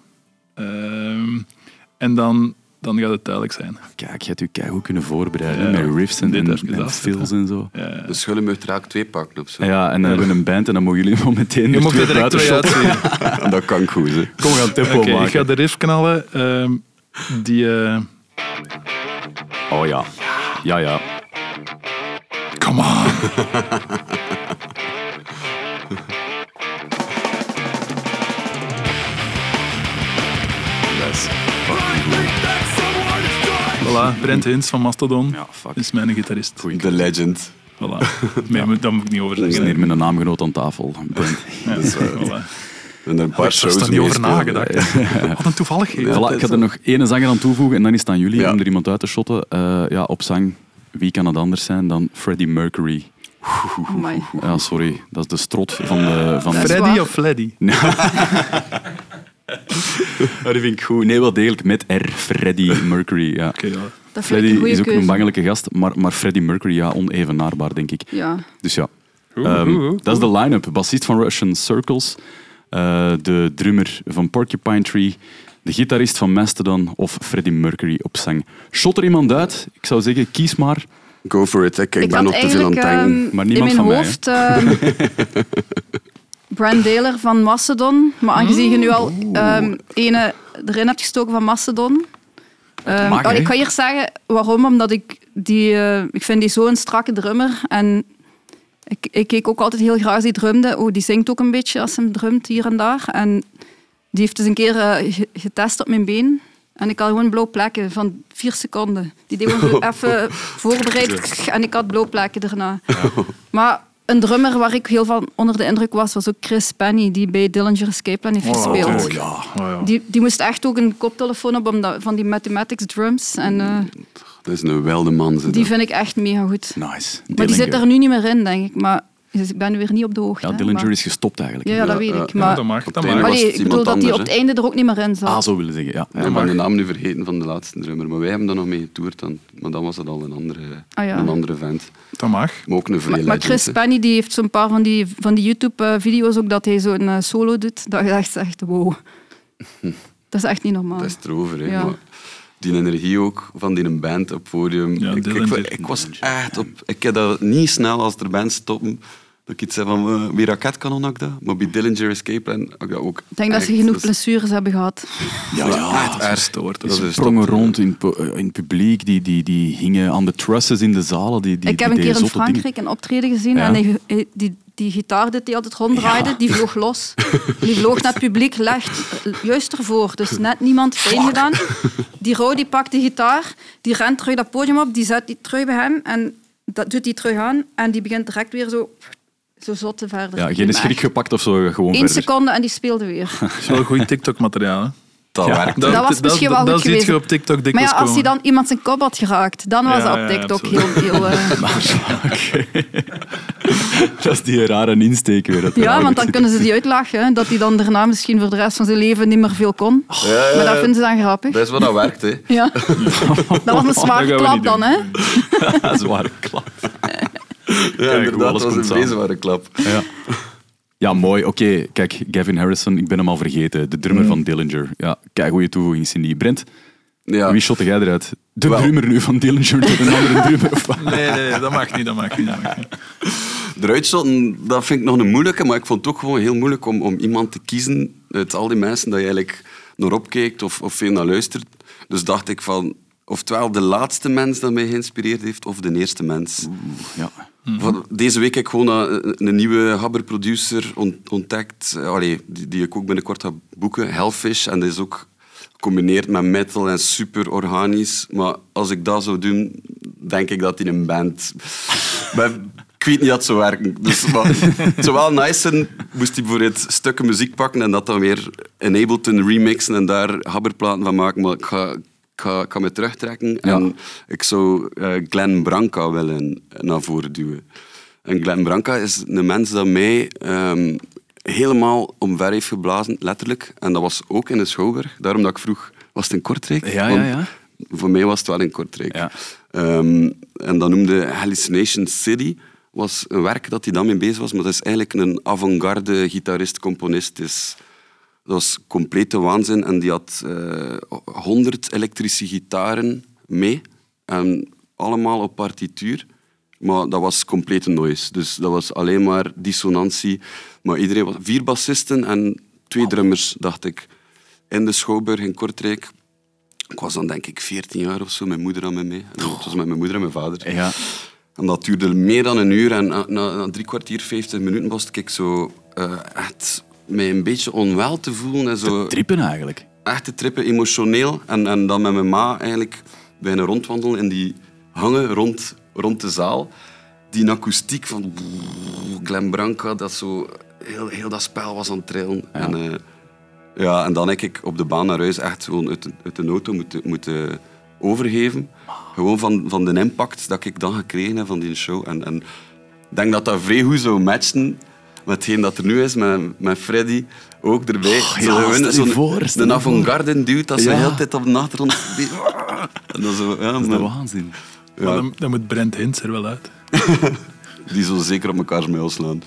Um, en dan, dan gaat het duidelijk zijn. Kijk, je hebt u keigoed kunnen voorbereiden. Ja, met riffs en, en, en fills en zo. Ja, ja. De schullen mocht er ook twee pakken of zo. Ja, en dan ja. hebben we een band en dan mogen jullie wel meteen je mocht er direct twee uitzien. Dat kan goed, hè. Kom, we gaan tempo okay, maken. Ik ga de riff knallen. Um, die... Uh... Oh ja. Ja, ja. Come on. Voilà, Brent Hinds van Mastodon ja, is mijn gitarist. The legend. Voilà. Nee, daar moet ik niet over We zijn zeggen. hier met een naamgenoot aan tafel. Brent. Ja, Dat is waar. voilà. En een paar Daar shows is er niet over meespelen. nagedacht. Wat een toevalligheid. Ja. Voilà, ik ga er nog één zanger aan toevoegen en dan is het aan jullie Ja. om er iemand uit te shotten. Uh, ja, op zang, wie kan het anders zijn dan Freddie Mercury? Amai. Ja, sorry, dat is de strot van de... Van Dat is Freddy waar. of Fleddy? Ja, die vind ik goed. Nee, wel degelijk met R. Freddie Mercury, ja. Okay, ja. Dat vind ik Freddie een goede is ook keuze. een bangelijke gast, maar, maar Freddie Mercury, ja, onevenaarbaar, denk ik. Ja. Dus ja, Oeh, Ehm, oeh, oeh. dat is de line-up. Bassist van Russian Circles, uh, de drummer van Porcupine Tree, de gitarist van Mastodon of Freddie Mercury op zang. Shot er iemand uit? Ik zou zeggen, kies maar. Go for it. Ik, ik, Ik ben had nog te veel aan het eigenlijk denken. ehm, Maar in niemand mijn van mij, hoofd ehm Brand Daler van Mastodon. Maar aangezien je nu al ehm ene erin hebt gestoken van Mastodon. ehm, mag, al, hè? ik ga hier zeggen waarom. Omdat ik die... eh, ik vind die zo'n strakke drummer. En ik, ik keek ook altijd heel graag als die drumde. Oh, die zingt ook een beetje als hij drumt hier en daar. En die heeft dus een keer eh, ge- getest op mijn been. En ik had gewoon blauwe plekken van vier seconden. Die deed gewoon even voorbereid en ik had blauwe plekken daarna. Maar een drummer waar ik heel van onder de indruk was, was ook Chris Penny, die bij Dillinger Escape Plan heeft gespeeld. Oh, ja. Oh, ja. Die, die moest echt ook een koptelefoon op omdat, van die Mathematics drums. En eh, Dat is een wilde man. Ze die vind ik echt mega goed. Nice. Maar die zit er nu niet meer in, denk ik. Maar dus ik ben weer niet op de hoogte. Ja, hè, Dillinger maar- is gestopt eigenlijk. Ja, ja, dat Ja, weet ja, ik. ja, Maar dat mag. Dat Op mag. het einde allee, was ik het bedoel iemand dat die op anders, het einde er ook niet meer in zat. Ah, zo willen zeggen, ja. Ik ben de naam nu vergeten van de laatste drummer, maar wij hebben daar nog mee getoerd dan. Maar dan was het al een andere, Ah, ja. een andere vent. Dat mag. Maar ook een Maar, vrij maar legend, Chris hè. Penny die heeft zo'n paar van die, van die YouTube-video's ook dat hij zo'n eh, solo doet. Dat je echt zegt, wow. Dat is echt niet normaal. Dat is erover, hè. Ja. Maar die energie ook van die band op het podium. Ja, ik, ik, Dillinger. ik was echt op... Ik heb dat niet snel als er bands stoppen. Dat ik iets zei van, uh, wie raketkanon had ik dat. Maar bij Dillinger Escape Plan had ik dat ook. Ik denk dat ze echt. genoeg Dat is- blessures hebben gehad. Ja, ja. echt erg stoort. Dat Die is sprongen top, rond in, pu- in het publiek, die, die, die hingen aan de trusses in de zalen. Die, die, ik heb die een keer deden in zotte dingen. Frankrijk een optreden gezien Ja. en die, die, die, die gitaar die altijd ronddraaide, Ja. die vloog los. Die vloog naar het publiek, legt juist ervoor. Dus net niemand pijn gedaan. Die Ro die pakt die gitaar, die rent terug dat podium op, die zet die terug bij hem en dat doet hij terug aan en die begint direct weer zo, zo zot te verder. Ja, geen schrik gepakt of zo, gewoon Eén verder. seconde en die speelde weer. Dat is wel goed TikTok-materiaal. hè. Dat Ja. werkt. Dat was misschien wel goed Dat ziet geweest. je op TikTok Maar dikwijls ja, als hij komen. dan iemand zijn kop had geraakt, dan was Ja, dat ja, op TikTok absoluut. heel... heel eh, Oké. Dat is die rare insteek weer. dat Ja, raar want dan zit. kunnen ze die uitlachen. Hè, dat hij dan daarna misschien voor de rest van zijn leven niet meer veel kon. Ja, ja, Maar dat ja. vinden ze dan grappig. Dat is wat dat werkt, hè. Ja. Dat was een zware Dat gaan we klap niet dan, hè? Zware klap. Ja, alles inderdaad, dat was komt een samen. bezware klap. Ja. Ja, mooi. Oké, kijk, Gavin Harrison, ik ben hem al vergeten. De drummer van Dillinger. Ja, kijk, goede toevoeging, Cindy. Brent, Ja. wie shotte jij eruit? De Wel. drummer nu van Dillinger door een andere drummer? Of wat? Nee, nee, dat mag niet, dat mag niet. Dat mag niet. Eruit shotten, dat vind ik nog een moeilijke, maar ik vond het ook gewoon heel moeilijk om, om iemand te kiezen uit al die mensen dat je eigenlijk naar opkijkt of, of veel naar luistert. Dus dacht ik van, oftewel de laatste mens dat mij geïnspireerd heeft, of de eerste mens. Ja. Van, deze week heb ik gewoon een, een nieuwe Habber-producer ont- ontdekt, eh, allee, die, die ik ook binnenkort ga boeken, Hellfish, en dat is ook gecombineerd met metal en super organisch. Maar als ik dat zou doen, denk ik dat in een band... Maar ik weet niet dat het zou werken. Dus, maar, het zou wel nice zijn, moest hij bijvoorbeeld stukken muziek pakken en dat dan weer in Ableton remixen en daar Habberplaten van maken. Maar ik ga, ik ga, ik ga me terugtrekken en ik zou eh, Glenn Branca willen naar voren duwen. En Glenn Branca is een mens dat mij ehm, helemaal omver heeft geblazen, letterlijk. En dat was ook in de Schouwburg. Daarom dat ik vroeg, was het in Kortrijk? Ja, ja, Want ja. voor mij was het wel in Kortrijk. Ja. Ehm, en dat noemde Hallucination City. Was een werk dat hij dan mee bezig was, maar dat is eigenlijk een avant-garde gitarist-componist. Dus dat was complete waanzin. En die had honderd elektrische gitaren mee. En allemaal op partituur. Maar dat was complete noise. Dus dat was alleen maar dissonantie. Maar iedereen was... Vier bassisten en twee drummers, dacht ik. In de Schouwburg in Kortrijk. Ik was dan denk ik veertien jaar of zo. Mijn moeder had me mee. En het was met mijn moeder en mijn vader. Ja. En dat duurde meer dan een uur. En na, na, na drie kwartier, vijftig minuten was ik zo uh, echt mij een beetje onwel te voelen. En zo Trippen eigenlijk. echt te trippen, emotioneel. En, en dan met mijn ma eigenlijk bijna rondwandelen in die hangen rond, rond de zaal. die akoestiek van Glen Branca, dat zo heel, heel dat spel was aan het trillen. Ja. En, uh, ja, en dan heb ik op de baan naar huis echt gewoon uit de, uit de auto moeten, moeten overgeven. Gewoon van, van de impact dat ik dan gekregen heb van die show. En, en ik denk dat dat vrij goed zou matchen met hetgeen dat er nu is, met, met Freddy ook erbij. Oh, ja, zo, stel je voor, stel een je voor. avant-garde dude, dat ze Ja. de hele tijd op de achtergrond... En dan zo, ja, Dat is maar- de waanzin. Maar ja, dan, dan moet Brent Hintz er wel uit. die zullen zeker op elkaar muil slaan.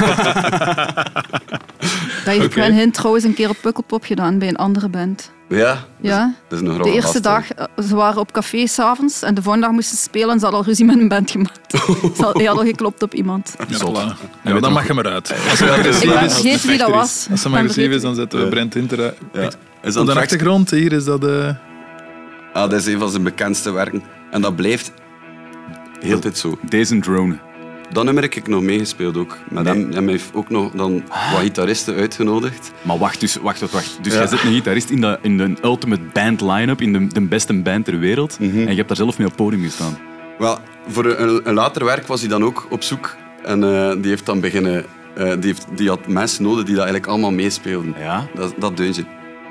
Dat heeft Oké. Gwen Hint trouwens een keer op Pukkelpop gedaan bij een andere band. Ja, Ja. dat is een De grove eerste gast, hè. dag, eh, ze waren op café s'avonds en de volgende dag moesten ze spelen en ze hadden al ruzie met een band gemaakt. Ze had- Hij had al geklopt op iemand. Ja, Zot. voilà. Ja, dan mag je maar uit. Als Ik ben Als vergeten wie dat was. Als ze Ik maar ben agressief is, vergeten. dan zetten we Ja. Brent Hintz eruit. Ja. Is dat Op de een achtergrond, hier is dat... eh Ah, dat is een van zijn bekendste werken. En dat blijft heel de tijd zo. Deze drone. Dat nummer heb ik nog meegespeeld ook. Met Nee. hem, hem heeft ook nog dan wat gitaristen uitgenodigd. Maar wacht, dus, wacht, wacht, wacht. Dus Ja. jij zit een gitarist in de, in de ultimate band line-up, in de, de beste band ter wereld, Mhm. en je hebt daar zelf mee op het podium gestaan. Wel, voor een, een later werk was hij dan ook op zoek. En eh, die heeft dan beginnen... eh, die, heeft, die had mensen nodig die dat eigenlijk allemaal meespeelden. Ja? Dat, dat deuntje.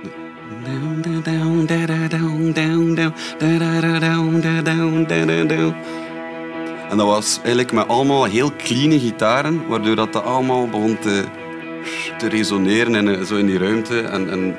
En dat was eigenlijk met allemaal heel clean gitaren, waardoor dat, dat allemaal begon te, te resoneren en, eh, zo in die ruimte. En, en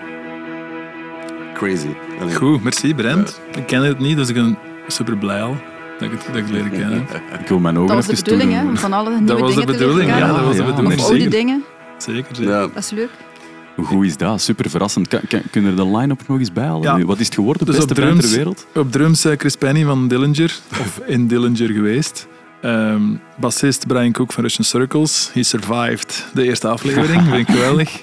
crazy. Allee. Goed, merci Brent. Ik ken het niet, dus ik ben super blij al dat ik het, dat ik het leren kennen. Ik wil mijn ogen Dat was de even bedoeling, hè, toedoen. om van alle nieuwe was de dingen te bedoeling, leren ja, kennen. dat was de Ja, bedoeling. Of oude Zeker, dingen, zeker. zeker. Ja. dat is leuk. Hoe goed is dat? Super verrassend. Kan, kan, kun je er de line-up nog eens bij halen? Ja. nu? Wat is het geworden? De Dus beste op band ter drums- wereld? Op drums eh, Chris Penny van Dillinger, of in Dillinger geweest. Ehm, bassist Brian Cook van Russian Circles. He survived de eerste aflevering, vind ik geweldig.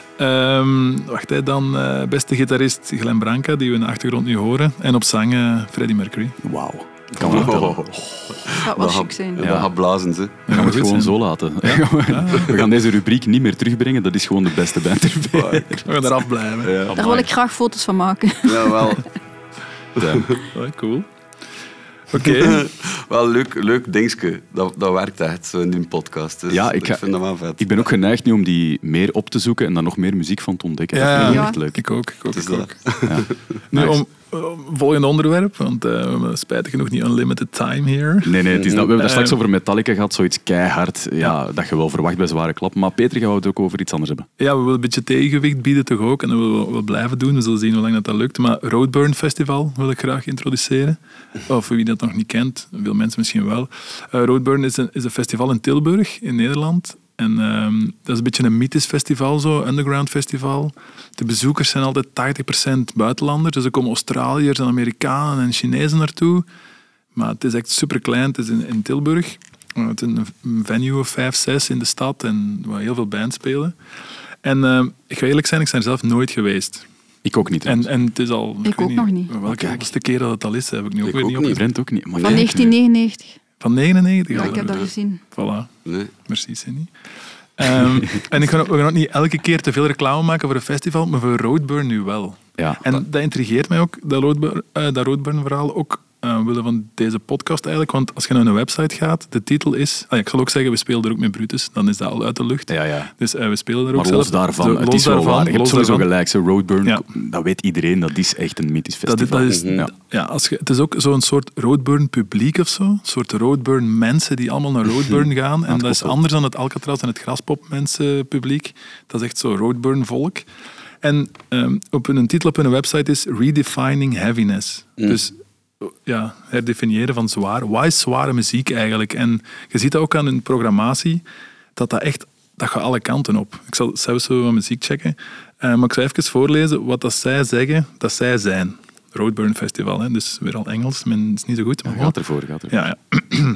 Ehm, wacht, hè, dan eh, beste gitarist Glen Branca, die we in de achtergrond nu horen. En op zang eh, Freddie Mercury. Wauw. Kan wel vertellen. Oh, Dat dat was gaat- chic zijn. dat Ja. gaat blazen, ze. We gaan Ja, het goed gewoon zijn. zo laten. We gaan deze rubriek niet meer terugbrengen. Dat is gewoon de beste band ter wereld. We gaan eraf blijven. Ja. Daar wil ik graag foto's van maken. Ja, wel. Damn. Oh, cool. Oké. Wel leuk, leuk dingetje. Dat, dat werkt echt zo in die podcast. Dus Ja, ik ik, ga- vind dat wel vet. Ik ben ook geneigd nu om die meer op te zoeken en dan nog meer muziek van te ontdekken. Dat Ja. vind ik Ja. echt leuk. Ik ook, ik ook, Het is ik dat. ook. Ja. Nu, Nice. om, om volgende onderwerp, want eh, we hebben spijtig genoeg niet unlimited time hier. Nee, nee, het is dat, we hebben het straks Eh. over Metallica gehad, zoiets keihard, ja, dat je wel verwacht bij zware klap. Maar Peter, gaan we het ook over iets anders hebben. Ja, we willen een beetje tegengewicht bieden toch ook. En dat willen we wel blijven doen. We zullen zien hoe lang dat, dat lukt. Maar Roadburn Festival wil ik graag introduceren. Of voor wie dat nog niet kent, veel mensen misschien wel. Uh, Roadburn is een, is een festival in Tilburg, in Nederland. En ehm, dat is een beetje een mythisch festival, zo, underground festival. De bezoekers zijn altijd tachtig procent buitenlanders. Dus er komen Australiërs en Amerikanen en Chinezen naartoe. Maar het is echt super klein. Het is in, in Tilburg. Uh, het is een, een venue of vijf, zes in de stad en waar heel veel bands spelen. En uh, ik ga eerlijk zijn, ik ben er zelf nooit geweest. Ik ook niet. En, trouwens. en het is al... Ik weet ook nog niet. Welke Kijk. de keer dat het al is, heb ik nu ook Ik weer ook niet niet. op. Brent ook niet. Maar Van nee. negentien negenennegentig. Van negenennegentig Ja, al. ik heb dat gezien. Voilà. Nee. Merci, Cindy. Um, en ik ga, we gaan ook niet elke keer te veel reclame maken voor een festival, maar voor Roadburn nu wel. Ja, En dat intrigeert mij ook, dat Roadburn, uh, dat Roadburn-verhaal, ook uh, willen van deze podcast eigenlijk. Want als je naar een website gaat, de titel is... Ah, ja, ik zal ook zeggen, we spelen er ook met Brutus. Dan is dat al uit de lucht. ja, ja. Dus uh, we spelen er ook Maar zelf. los daarvan, De- het los is wel daarvan, waar. Je hebt los sowieso daarvan. gelijk. Zo Roadburn, Ja. dat weet iedereen, dat is echt een mythisch Dat, festival. dat is, ja. ja, als je, het is ook zo'n soort Roadburn publiek of zo. Een soort Roadburn mensen die allemaal naar Roadburn gaan. En het dat is klopt wel. anders dan het Alcatraz en het Graspop mensen publiek. Dat is echt zo Roadburn volk. En um, op hun titel op hun website is Redefining Heaviness. Mm. Dus ja, herdefiniëren van zwaar. Wat is zware muziek eigenlijk? En je ziet dat ook aan hun programmatie, dat dat echt, dat gaat alle kanten op. Ik zal zelfs zo wat muziek checken. Uh, maar ik zal even voorlezen wat dat zij zeggen, dat zij zijn. Roadburn Festival, hè? Dus weer al Engels, men is niet zo goed. Maar Ja, gaat ervoor, gaat ervoor. ja, ja.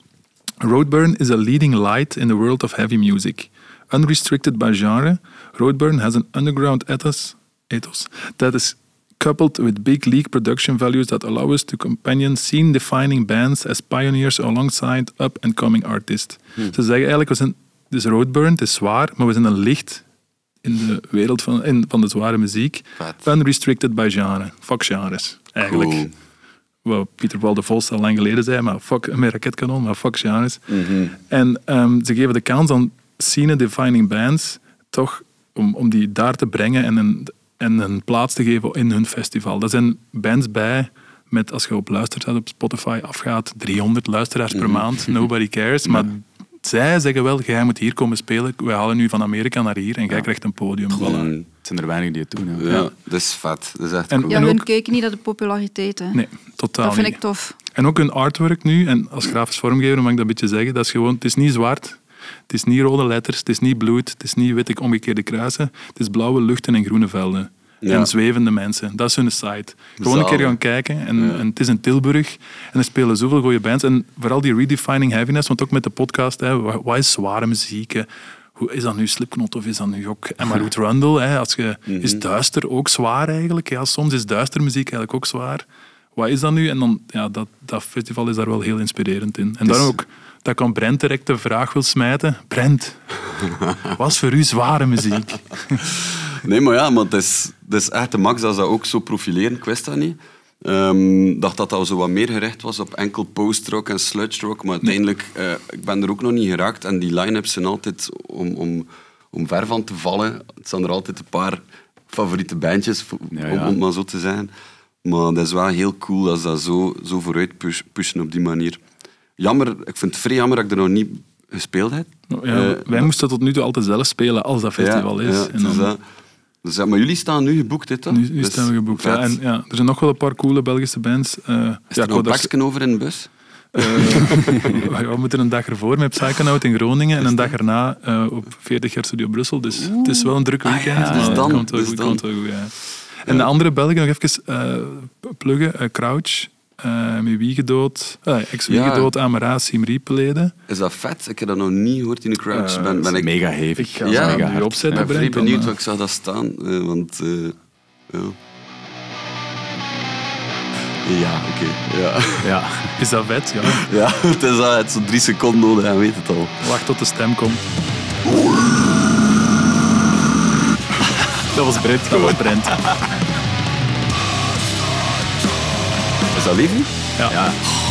Roadburn is a leading light in the world of heavy music. Unrestricted by genre, Roadburn has an underground ethos, ethos that is coupled with big league production values that allow us to companion scene-defining bands as pioneers alongside up-and-coming artists. Hmm. Ze zeggen eigenlijk, we zijn, dus Roadburn, het is zwaar, maar we zijn een licht in de wereld van, in, van de zware muziek. Vet. Unrestricted by genre. Fuck genres, eigenlijk. Cool. wat Pieter Paul de Vos al lang geleden zei, maar fuck mijn raketkanon, maar fuck Janus. Mm-hmm. En um, ze geven de kans aan scene-defining bands toch om, om die daar te brengen en een, en een plaats te geven in hun festival. Dat zijn bands bij met, als je op luisterstaat op Spotify afgaat, driehonderd luisteraars per Mm-hmm. maand, nobody cares. Maar zij zeggen wel, jij moet hier komen spelen, wij halen nu van Amerika naar hier en jij Ja. krijgt een podium. Voilà. Mm. Het zijn er weinig die het doen. Ja. Ja, Ja. dat is vet. Dat is echt En- cool. Ja, en hun ook- kijken niet naar de populariteit. Hè. Nee, totaal Dat vind niet. ik tof. En ook hun artwork nu, en als grafisch vormgever mag ik dat een beetje zeggen, dat is gewoon, het is niet zwart, het is niet rode letters, het is niet bloed, het is niet witte omgekeerde kruisen, het is blauwe luchten en groene velden. Ja. En zwevende mensen. Dat is hun site. Gewoon een Zalig. keer gaan kijken. En, Ja. en het is in Tilburg. En er spelen zoveel goede bands. En vooral die redefining heaviness, want ook met de podcast, hè, wat wat is zware muziek? Hè? Hoe, is dat nu Slipknot of is dat nu ook Emma Ruth Rundle? Hè? Als je, Mhm. Is duister ook zwaar eigenlijk? Ja, soms is duister muziek eigenlijk ook zwaar. Wat is dat nu? En dan, ja, dat, dat festival is daar wel heel inspirerend in. En Dus- daarom ook dat ik aan Brent direct de vraag wil smijten. Brent, wat is voor u zware muziek? Nee, maar ja, maar het is, het is echt de max dat ze dat ook zo profileren. Ik wist dat niet. Ik dacht dat dat zo wat meer gericht was op enkel post-rock en sludge rock. Maar uiteindelijk, eh, ik ben er ook nog niet geraakt. En die line-ups zijn altijd om, om, om ver van te vallen. Het zijn er altijd een paar favoriete bandjes, Ja, om, ja. om het maar zo te zeggen. Maar dat is wel heel cool als dat zo, zo vooruit push- pushen op die manier. Jammer, ik vind het vrij jammer dat ik er nog niet gespeeld heb. Ja, Eh, wij moesten tot nu toe altijd zelf spelen als dat festival ja, is. ja, en dan, dus dat, dus dat- maar jullie staan nu geboekt, hè, toch? nu, nu Dus staan we geboekt. Ja, vet. en, ja, er zijn nog wel een paar coole Belgische bands. Uh, Is ja, er ik nog wou een daar- plekje over in de bus? eh, we moeten een dag ervoor met Psychonaut in Groningen en een dag erna uh, op veertig jaar Studio Brussel. Dus het is wel een druk weekend, ja, maar dus het dan, komt wel dus goed. dan. Komt wel goed ja. En de andere Belgen nog even uh, pluggen. Uh, Crouch, uh, met Wiegedood, uh, ex-Wiegedood, Amara, Siem Riepeleden. Is dat vet? Ik heb dat nog niet gehoord in de Crouch. Eh, ben, ben ik Mega hevig. Ik ga Ja, ze mega nu hard. opzetten, ben vrij Brent, dan, benieuwd uh, wat ik zag dat staan. eh, want... eh, ja. Ja, oké. Ja. Ja. Is dat vet? Ja. ja, het is al het is zo drie seconden nodig en weet het al. Wacht tot de stem komt. Dat was Brent. Dat was Brent. Is dat Levi? Ja. Ja.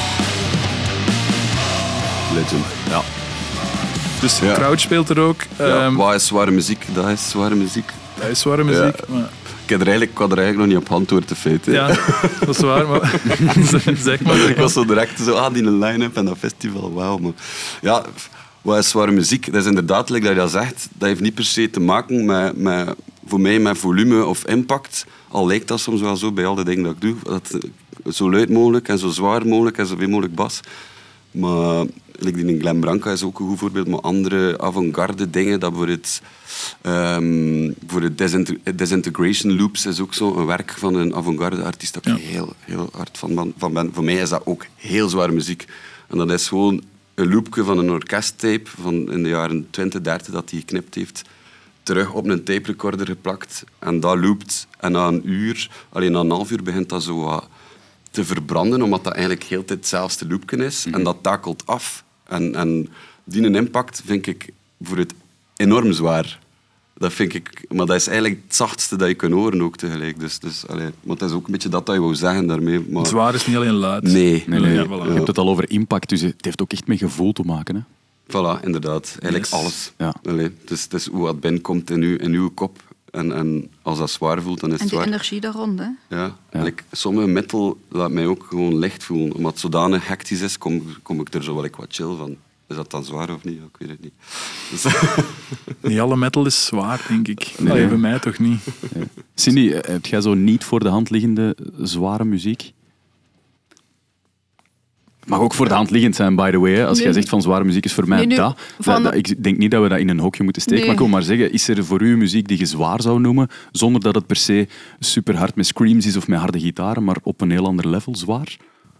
Legend. Ja. Dus Ja. Crouch speelt er ook. Ja, Um, wat is zware muziek? Dat is zware muziek. dat is zware muziek. Ja. Maar, Ik, had er eigenlijk, ik had er eigenlijk nog niet op antwoord te feiten. ja, dat is waar. Maar zeg maar. Ik was zo direct zo, ah, die line-up en dat festival, wauw. Maar ja, wat is zware muziek? Dat is inderdaad, like dat je dat zegt, dat heeft niet per se te maken met, met, voor mij met volume of impact. Al lijkt dat soms wel zo bij al die dingen dat ik doe. Dat, zo luid mogelijk en zo zwaar mogelijk en zoveel mogelijk bas. Maar like die Glen Branca is ook een goed voorbeeld, maar andere avant-garde dingen, dat voor het, um, voor het Desint- Disintegration Loops is ook zo een werk van een avant-garde artiest dat ik Ja. heel, heel hard van ben, van ben. Voor mij is dat ook heel zware muziek. En dat is gewoon een loopje van een orkesttape van in de jaren twintig, dertig dat hij geknipt heeft, terug op een tape recorder geplakt en dat loopt. En na een uur, alleen na een half uur begint dat zo wat te verbranden, omdat dat eigenlijk heel de tijd hetzelfde loopje is. Mhm. En dat takelt af. En, en die een impact vind ik voor het enorm zwaar. Dat vind ik, maar dat is eigenlijk het zachtste dat je kan horen ook tegelijk. Dus, dus, allee, maar het is ook een beetje dat dat je wou zeggen daarmee. Maar... Zwaar is niet alleen luid. Nee. Nee, nee. Ja, Je voilà. hebt het al over impact, dus het heeft ook echt met gevoel te maken. Hè? Voilà, inderdaad. Eigenlijk Yes. alles. Ja. Allee, het, is, het is hoe wat binnenkomt in uw, in uw kop. En, en als dat zwaar voelt, dan is En het die zwaar. energie daar rond, hè. Ja. Like, sommige metal laat mij ook gewoon licht voelen. Omdat het zodanig hectisch is, kom, kom ik er zo wel wat chill van. Is dat dan zwaar of niet? Ik weet het niet. Dus, Niet alle metal is zwaar, denk ik. Nee. Allee, bij mij toch niet. Cindy, heb jij zo niet voor de hand liggende zware muziek? Mag ook voor de hand liggend zijn, by the way. Hè. Als Nee. jij zegt van zware muziek is voor mij Nee, nee, dat, van- dat, dat- Ik denk niet dat we dat in een hokje moeten steken. Nee. Maar ik wil maar zeggen, is er voor u muziek die je zwaar zou noemen, zonder dat het per se super hard met screams is of met harde gitaren, maar op een heel ander level zwaar?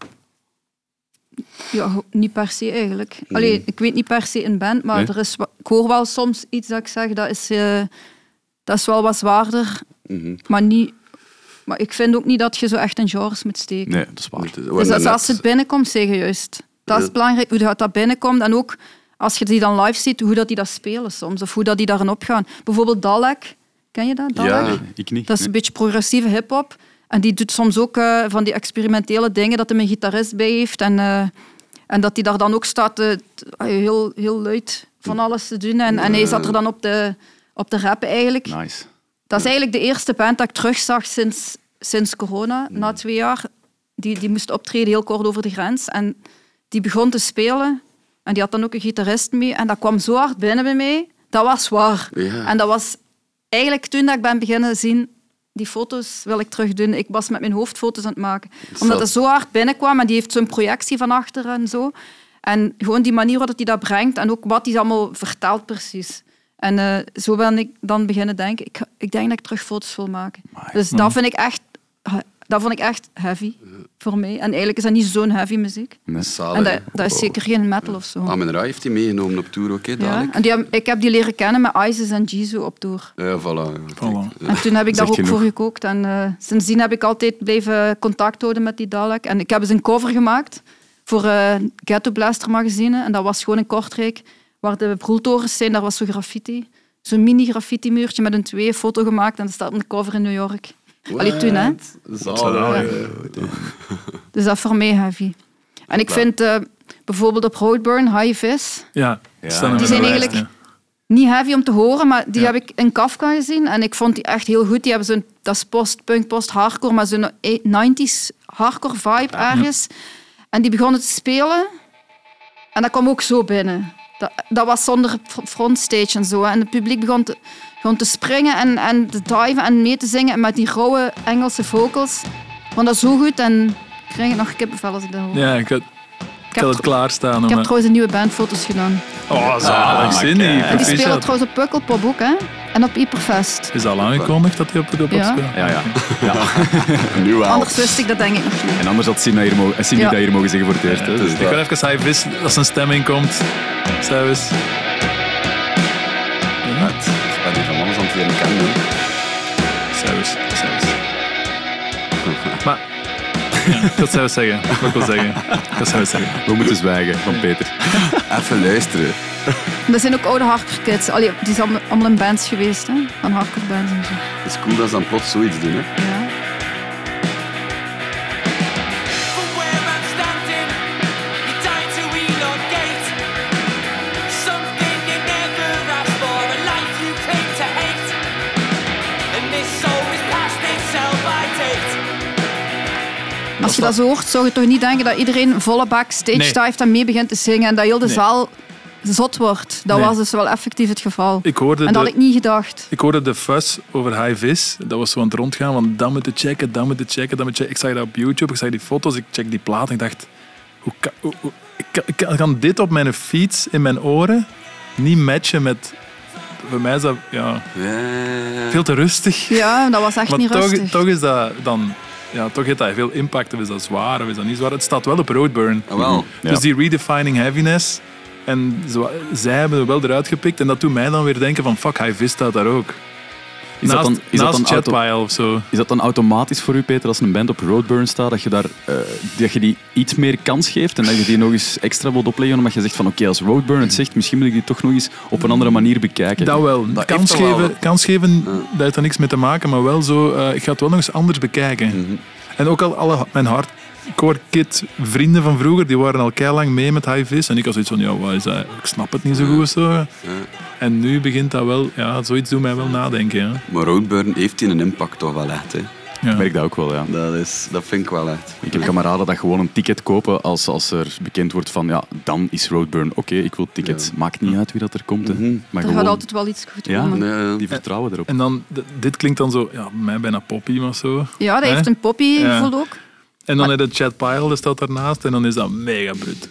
Ja, niet per se eigenlijk. Allee, ik weet niet per se een band, maar Nee? er is, wa- ik hoor wel soms iets dat ik zeg, dat is, eh, dat is wel wat zwaarder, mhm. maar niet... Maar ik vind ook niet dat je zo echt in genres moet steken. Nee, dat is waar. Het is- we Dus hebben als, net- als het binnenkomt, zeg je juist. Dat is Ja. belangrijk, hoe dat, dat binnenkomt. En ook als je die dan live ziet, hoe dat die dat spelen soms. Of hoe dat die daarin opgaan. Bijvoorbeeld Dalek. Ken je dat? Dalek? Ja. Nee, ik niet. Dat is Nee. een beetje progressieve hip-hop. En die doet soms ook uh, van die experimentele dingen dat hij een gitarist bij heeft. En, uh, en dat hij daar dan ook staat uh, heel, heel luid van alles te doen. En, en hij zat er dan op de, op de rappen eigenlijk. Nice. Dat is eigenlijk de eerste band dat ik terugzag sinds, sinds corona, na twee jaar. Die, die moest optreden heel kort over de grens. En die begon te spelen. En die had dan ook een gitarist mee. En dat kwam zo hard binnen bij mij. Dat was waar. Ja. En dat was eigenlijk toen dat ik ben beginnen zien... Die foto's wil ik terug doen. Ik was met mijn hoofd foto's aan het maken. Omdat het zo hard binnenkwam. En die heeft zo'n projectie van achter en zo. En gewoon die manier waarop hij dat brengt. En ook wat hij allemaal vertelt precies. En uh, zo ben ik dan beginnen denken. Ik, ik denk dat ik terug foto's wil maken. Maar, dus dat vind ik echt... Dat vond ik echt heavy voor mij. En eigenlijk is dat niet zo'n heavy muziek. Nee. Zalig. En dat, dat is zeker geen metal of zo. Amen Ra heeft hij meegenomen op tour ook, hè, Ja. dadelijk. En die, heb- ik heb die leren kennen met Isis en Jisoo op tour. Ja, voilà. Voilà. En toen heb ik daar Zegt ook genoeg. voor gekookt. En uh, sindsdien heb ik altijd blijven contact houden met die Dalek. En ik heb eens een cover gemaakt voor uh, Ghetto Blaster magazine. En dat was gewoon in Kortrijk, waar de broeltorens zijn. Daar was zo'n graffiti. Zo'n mini-graffiti-muurtje met een twee foto gemaakt. En er staat een cover in New York. Allee, toen, hè. Zalig. Dus dat is voor mij heavy. En ik vind uh, bijvoorbeeld op Roadburn, High Vis, Ja, Ja. staan er Die op zijn de lijst, eigenlijk- ja. niet heavy om te horen, maar die Ja. heb ik in Kafka gezien. En ik vond die echt heel goed. Die hebben zo'n, dat is post-punk, post-hardcore, maar zo'n nineties hardcore vibe ergens. En die begonnen te spelen. En dat kwam ook zo binnen. Dat, dat was zonder frontstage en zo. En het publiek begon te, begon te springen en, en te diven en mee te zingen. En met die rauwe Engelse vocals. Ik vond dat zo goed en ik krijg nog kippenvel als ik dat hoor. Ja, ik had, ik heb had het tro- klaarstaan. Ik heb om, trouwens een nieuwe bandfoto's gedaan. Oh, zalig. Ah, Cindy, kijk. En die spelen proficiat. trouwens op Pukkelpop ook, hè? En op Hyperfest. Is dat al aangekondigd dat hij op de Ja. speelt? Ja, ja. ja. Nu wel. Anders wist ik dat denk ik nog niet. En anders had Cindy hier mogen, Cindy Ja. dat hier mogen zeggen voor het eerst. Hè. het Dus is Ik wil even hij vis als een stemming komt. Zelfs. Net. Ik ben die van alles aan het leren kennen. hè. Zelfs. Zelfs. Maar, ja, dat zou ik zeggen. Wat ik wil zeggen. Dat zou ik zeggen. we moeten zwijgen van Peter. Even luisteren. Dat zijn ook oude hardcore kids. Allee, die zijn allemaal- allemaal in bands geweest, hè? Van hardcore bands en zo. Het is cool dat ze dan plots zoiets doen. Hè. Ja. From where I'm standing, you're dying to elongate. Something you never asked for, a life you claim to hate. And this soul is past itself by date. Als je dat zo hoort, zou je toch niet denken dat iedereen volle bak stage Nee. dive en mee begint te zingen en dat heel de Nee. zaal zot wordt. Dat Nee. was dus wel effectief het geval. Ik hoorde En dat had de... ik niet gedacht. Ik hoorde de fuss over High Vis. Dat was zo aan het rondgaan van dat moet je checken, dat moet je checken, dat moet je checken. Ik zag dat op YouTube, ik zag die foto's, ik check die plaat en ik dacht, hoe kan, hoe, hoe- ik, kan, ik kan- kan dit op mijn fiets, in mijn oren, niet matchen met... Voor mij is dat ja, Ja. veel te rustig. Ja, dat was echt Maar niet toch, rustig. toch is dat dan... Ja, toch heeft dat veel impact. Of is dat zwaar of is dat niet zwaar? Het staat wel op Roadburn. Ah, wel. Ja. Dus die redefining heaviness. En zo, zij hebben er wel eruit gepikt. En dat doet mij dan weer denken van fuck, High Vis staat daar ook. Is dat naast dan, is dat naast dan auto- Chatpile of zo. Is dat dan automatisch voor u, Peter, als een band op Roadburn staat, dat je, daar, eh, dat je die iets meer kans geeft en dat je die nog eens extra wilt opleggen, omdat je zegt van oké, als Roadburn het zegt, misschien moet ik die toch nog eens op een andere manier bekijken. Dat wel. Dat kans, heeft toch wel geven, wat. kans geven, dat heeft er niks mee te maken. Maar wel zo, eh, ik ga het wel nog eens anders bekijken. Mhm. En ook al alle, mijn hardcore kid vrienden van vroeger, die waren al keilang mee met High Vis. En ik was zoiets van, ja, wat is dat? Ik snap het niet zo goed. Zo. Ja. En nu begint dat wel, ja, zoiets doet mij wel nadenken. Ja. Maar Roadburn heeft hier een impact toch wel echt. Hè. Ja. Ik merk dat ook wel, ja. Dat, is, dat vind ik wel echt. Ik heb kameraden dat gewoon een ticket kopen als, als er bekend wordt van ja, dan is Roadburn oké, ik wil tickets. Ja. Maakt niet uit wie dat er komt. hè. Mhm. Maar Er gewoon, gaat altijd wel iets goed ja, komen. Nee, die vertrouwen erop. En dan, d- dit klinkt dan zo, ja, bij mij bijna poppy of zo. Ja, dat Hè? heeft een poppy Ja. gevoel ook. En dan heb je Chad Pile, dat staat daarnaast. En dan is dat mega brut.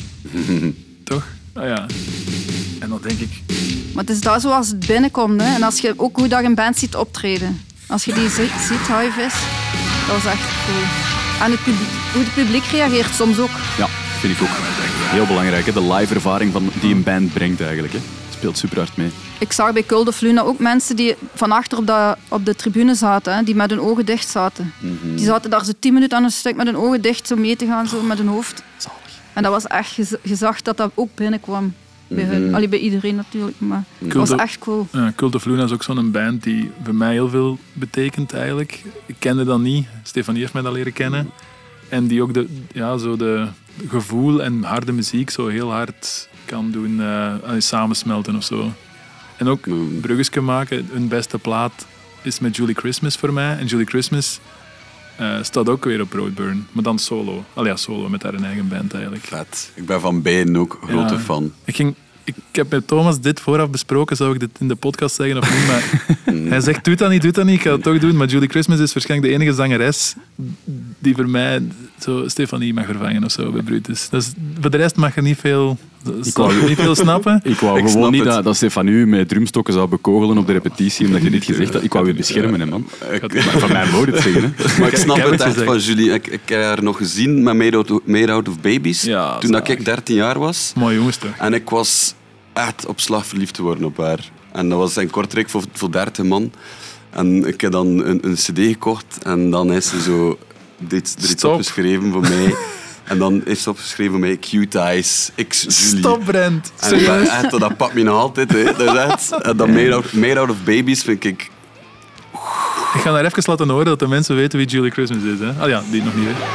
Toch? Ah ja. En dan denk ik, Maar het is daar zo als het binnenkomt. Hè. En als je ook hoe dat een band ziet optreden. Als je die zi- ziet, High Vis, dat is echt cool. En het publiek, hoe het publiek reageert soms ook. Ja, vind ik ook heel belangrijk. Hè? De live ervaring van, die een band brengt eigenlijk. Hè? Speelt super hard mee. Ik zag bij Cul de Luna ook mensen die van achter op de, op de tribune zaten, hè, die met hun ogen dicht zaten. Die zaten daar zo tien minuten aan een stuk met hun ogen dicht zo mee te gaan, zo met hun hoofd. Zalig. En dat was echt, gez- je zag dat dat ook binnenkwam. Bij, hun. Allee, bij iedereen natuurlijk, maar het was Cult of- echt cool. Ja, Cult of Luna is ook zo'n band die voor mij heel veel betekent eigenlijk. Ik kende dat niet. Stefanie heeft mij dat leren kennen. En die ook de, ja, zo de gevoel en harde muziek zo heel hard kan doen uh, samensmelten of zo. En ook Mm. bruggetjes maken. Hun beste plaat is met Julie Christmas voor mij. En Julie Christmas uh, staat ook weer op Roadburn. Maar dan solo. Al ja, solo met haar eigen band eigenlijk. Vet. Ik ben van beiden ook grote Ja. fan. Ik, ging, ik, ik heb met Thomas dit vooraf besproken, zou ik dit in de podcast zeggen of niet, maar hij zegt, doe dat niet, doe dat niet, ik ga het toch doen. Maar Julie Christmas is waarschijnlijk de enige zangeres die voor mij zo Stefanie mag vervangen of zo bij Brutus. Dus voor de rest mag je niet veel, wou- niet veel snappen. Ik wou Ik snap gewoon niet het. dat, dat Stefan u met drumstokken zou bekogelen op de repetitie, omdat je dit gezegd had. Ik wou je beschermen, hè, man. Ik, Maar van mij moet het zeggen, hè. maar ik snap Ik heb het het echt gezegd. van Julie. Ik, ik heb haar nog gezien met Made Out of, Made Out of Babies. Ja, toen dat zalig. ik dertien jaar was. Mooi jongens toch? En ik was echt op slag verliefd geworden op haar. En dat was in Kortrijk voor, voor dertig man. En ik heb dan een, een cd gekocht en dan is ze zo dit, er iets Stop. opgeschreven voor mij. En dan is ze opgeschreven voor mij Cute Eyes, x Julie. Stop, Brent. En ik ben Serieus? echt, dat pakt me nog altijd. Hè. Dat is echt, en dat Made Out, Made Out of Babies vind ik... Ik ga daar even laten horen dat de mensen weten wie Julie Christmas is. Hè? Ah ja, die nog niet weten.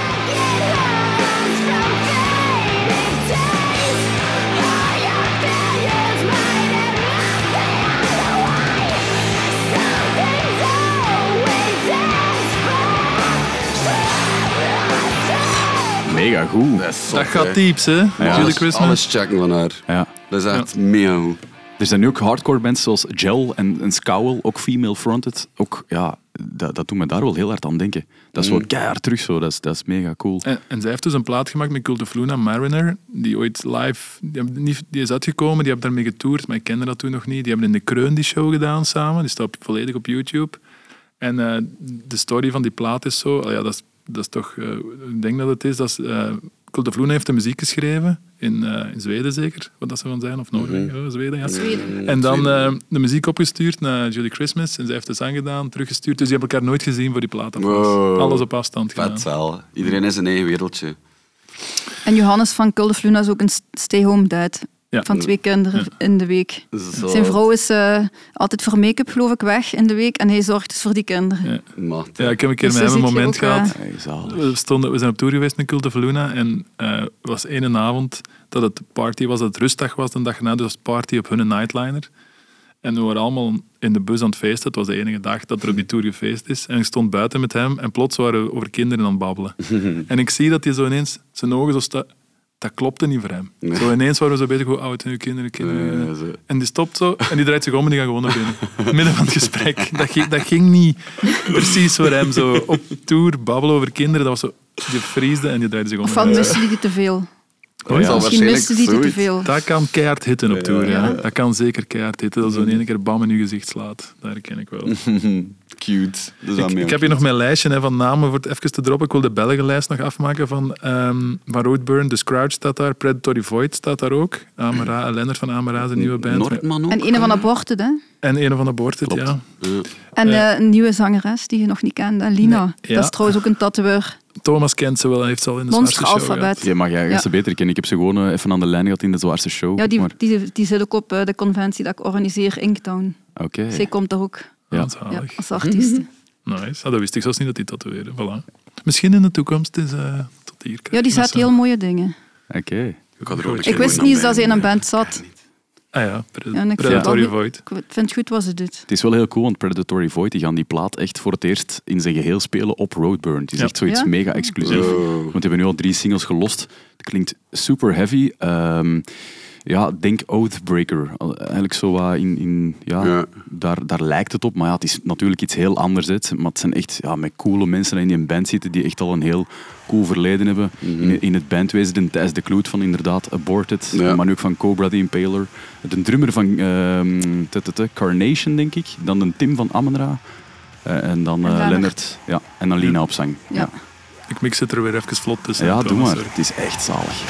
Mega goed. Dat, is Dat zot, gaat hè. dieps, hè? Julie Alles, Christmas. alles checken van haar. Ja. Dat is echt mega goed. Er zijn nu ook hardcore bands zoals Gel en, en Scowl, ook female fronted. Ook, ja, dat, dat doet me daar wel heel hard aan denken. Dat is Mm. wel keihard terug zo, dat is, dat is mega cool. En, en zij heeft dus een plaat gemaakt met Cult of Luna, Mariner, die ooit live, die, hebben niet, die is uitgekomen, die hebben daarmee getoerd, maar ik kende dat toen nog niet. Die hebben in de Kreun die show gedaan samen, die staat op- volledig op YouTube. En eh, de story van die plaat is zo, oh ja, dat is, dat is toch, eh, ik denk dat het is, dat is, eh, Cult of Luna heeft de muziek geschreven, in, eh, in Zweden zeker, wat dat ze van zijn, of Noorwegen, oh, Zweden, ja. Zweden. En dan eh, de muziek opgestuurd naar Julie Christmas. En zij heeft de zang gedaan, teruggestuurd. Dus die hebben elkaar nooit gezien voor die plaat. Wow. Alles op afstand gedaan. Vet wel. Iedereen is een eigen wereldje. En Johannes van Cult of Luna is ook een stay-home dad. Ja. Van twee kinderen in de week. Dat is zo- Zijn vrouw is eh, altijd voor make-up, geloof ik, weg in de week. En hij zorgt dus voor die kinderen. Ja. Macht. Ja, ik heb een keer Dus met hem zo een zit je moment ook, gehad. eh, Hey, zalig. We, stonden, we zijn op tour geweest met Cult of Luna. En eh, het was ene avond dat het party was, dat het rustdag was. De dag erna, dus was party op hun nightliner. En we waren allemaal in de bus aan het feesten. Het was de enige dag dat er op die tour gefeest is. En ik stond buiten met hem en plots waren we over kinderen aan het babbelen. En ik zie dat hij zo ineens zijn ogen zo sta- Dat klopte niet voor hem. Nee. Zo ineens waren we zo bezig, hoe oud zijn uw kinderen, kinderen. Nee, zo. En die stopt zo en die draait zich om en die gaat gewoon naar binnen. Midden van het gesprek. Dat ging, dat ging niet precies voor hem. Zo op tour babbelen over kinderen, dat was zo... Die vriesde en die draaide zich om. Of van miste die te veel. Dat zal Misschien waarschijnlijk miste die te zoiets- veel. Dat kan keihard hitten op tour. Ja. Ja. Dat kan zeker keihard hitten. Dat zo in één keer bam in je gezicht slaat. Dat herken ik wel. Cute. Dat is wel Ik, mee. ik heb hier nog mijn lijstje hè, van namen voor het even te droppen. Ik wil de Belgenlijst nog afmaken van, ehm van Roadburn. The Scrouch staat daar. Predatory Void staat daar ook. Amara, Lennart van Amara, zijn nieuwe band. Noordman ook. En een van Aborted, hè? En een van Aborted, Klopt. ja. Ja. En Ja. eh, een nieuwe zangeres die je nog niet kent, hè, Lina. Nee, ja. Dat is trouwens ook een tatoeëur. Thomas kent ze wel, hij heeft ze al in de Monster Zwartse show Alphabet. Je mag jij Ja. ze beter kennen. Ik heb ze gewoon eh, even aan de lijn gehad in de zwaarste show. Ja, die, maar- die, die zit ook op eh, de conventie dat ik organiseer, Inktown. Oké. Zij komt daar ook Ja, Ja. ja, zalig. als artiest. Nice. Ah, dat wist ik zelfs niet dat die tatoeëren. Voilà. Misschien in de toekomst is uh, tot hier. Ja, die zet heel mooie dingen. Oké. Ik had er ook een Ik keer wist naar niet eens bij- dat ze in een band zat. Ah ja, Pred- Ja, en ik vind Predatory het wel Void. Ik vind het goed wat ze doet. Het is wel heel cool, want Predatory Void die gaan die plaat echt voor het eerst in zijn geheel spelen op Roadburn. Het is Ja. echt zoiets Ja? mega exclusief. Wow. Want die hebben nu al drie singles gelost. Het klinkt super heavy. Ehm, ja, denk Oathbreaker. Al- Eigenlijk zo wat in... in ja, Ja. Daar, daar lijkt het op. Maar ja, het is natuurlijk iets heel anders. Hè. Maar het zijn echt ja, met coole mensen die in een band zitten die echt al een heel cool verleden hebben. Mhm. in, in het bandwezen. De Thijs de Kloet van inderdaad Aborted. Ja. Maar nu ook van Cobra the Impaler. De drummer van ehm, te, te, te, Carnation, denk ik. Dan de Tim van Amenra. Eh, en dan eh, En Lennart. Lennart. Ja. En dan Lina op zang. Ja. Ik mix het er weer even vlot tussen. Ja, doe Thomas, maar. sorry. Het is echt zalig.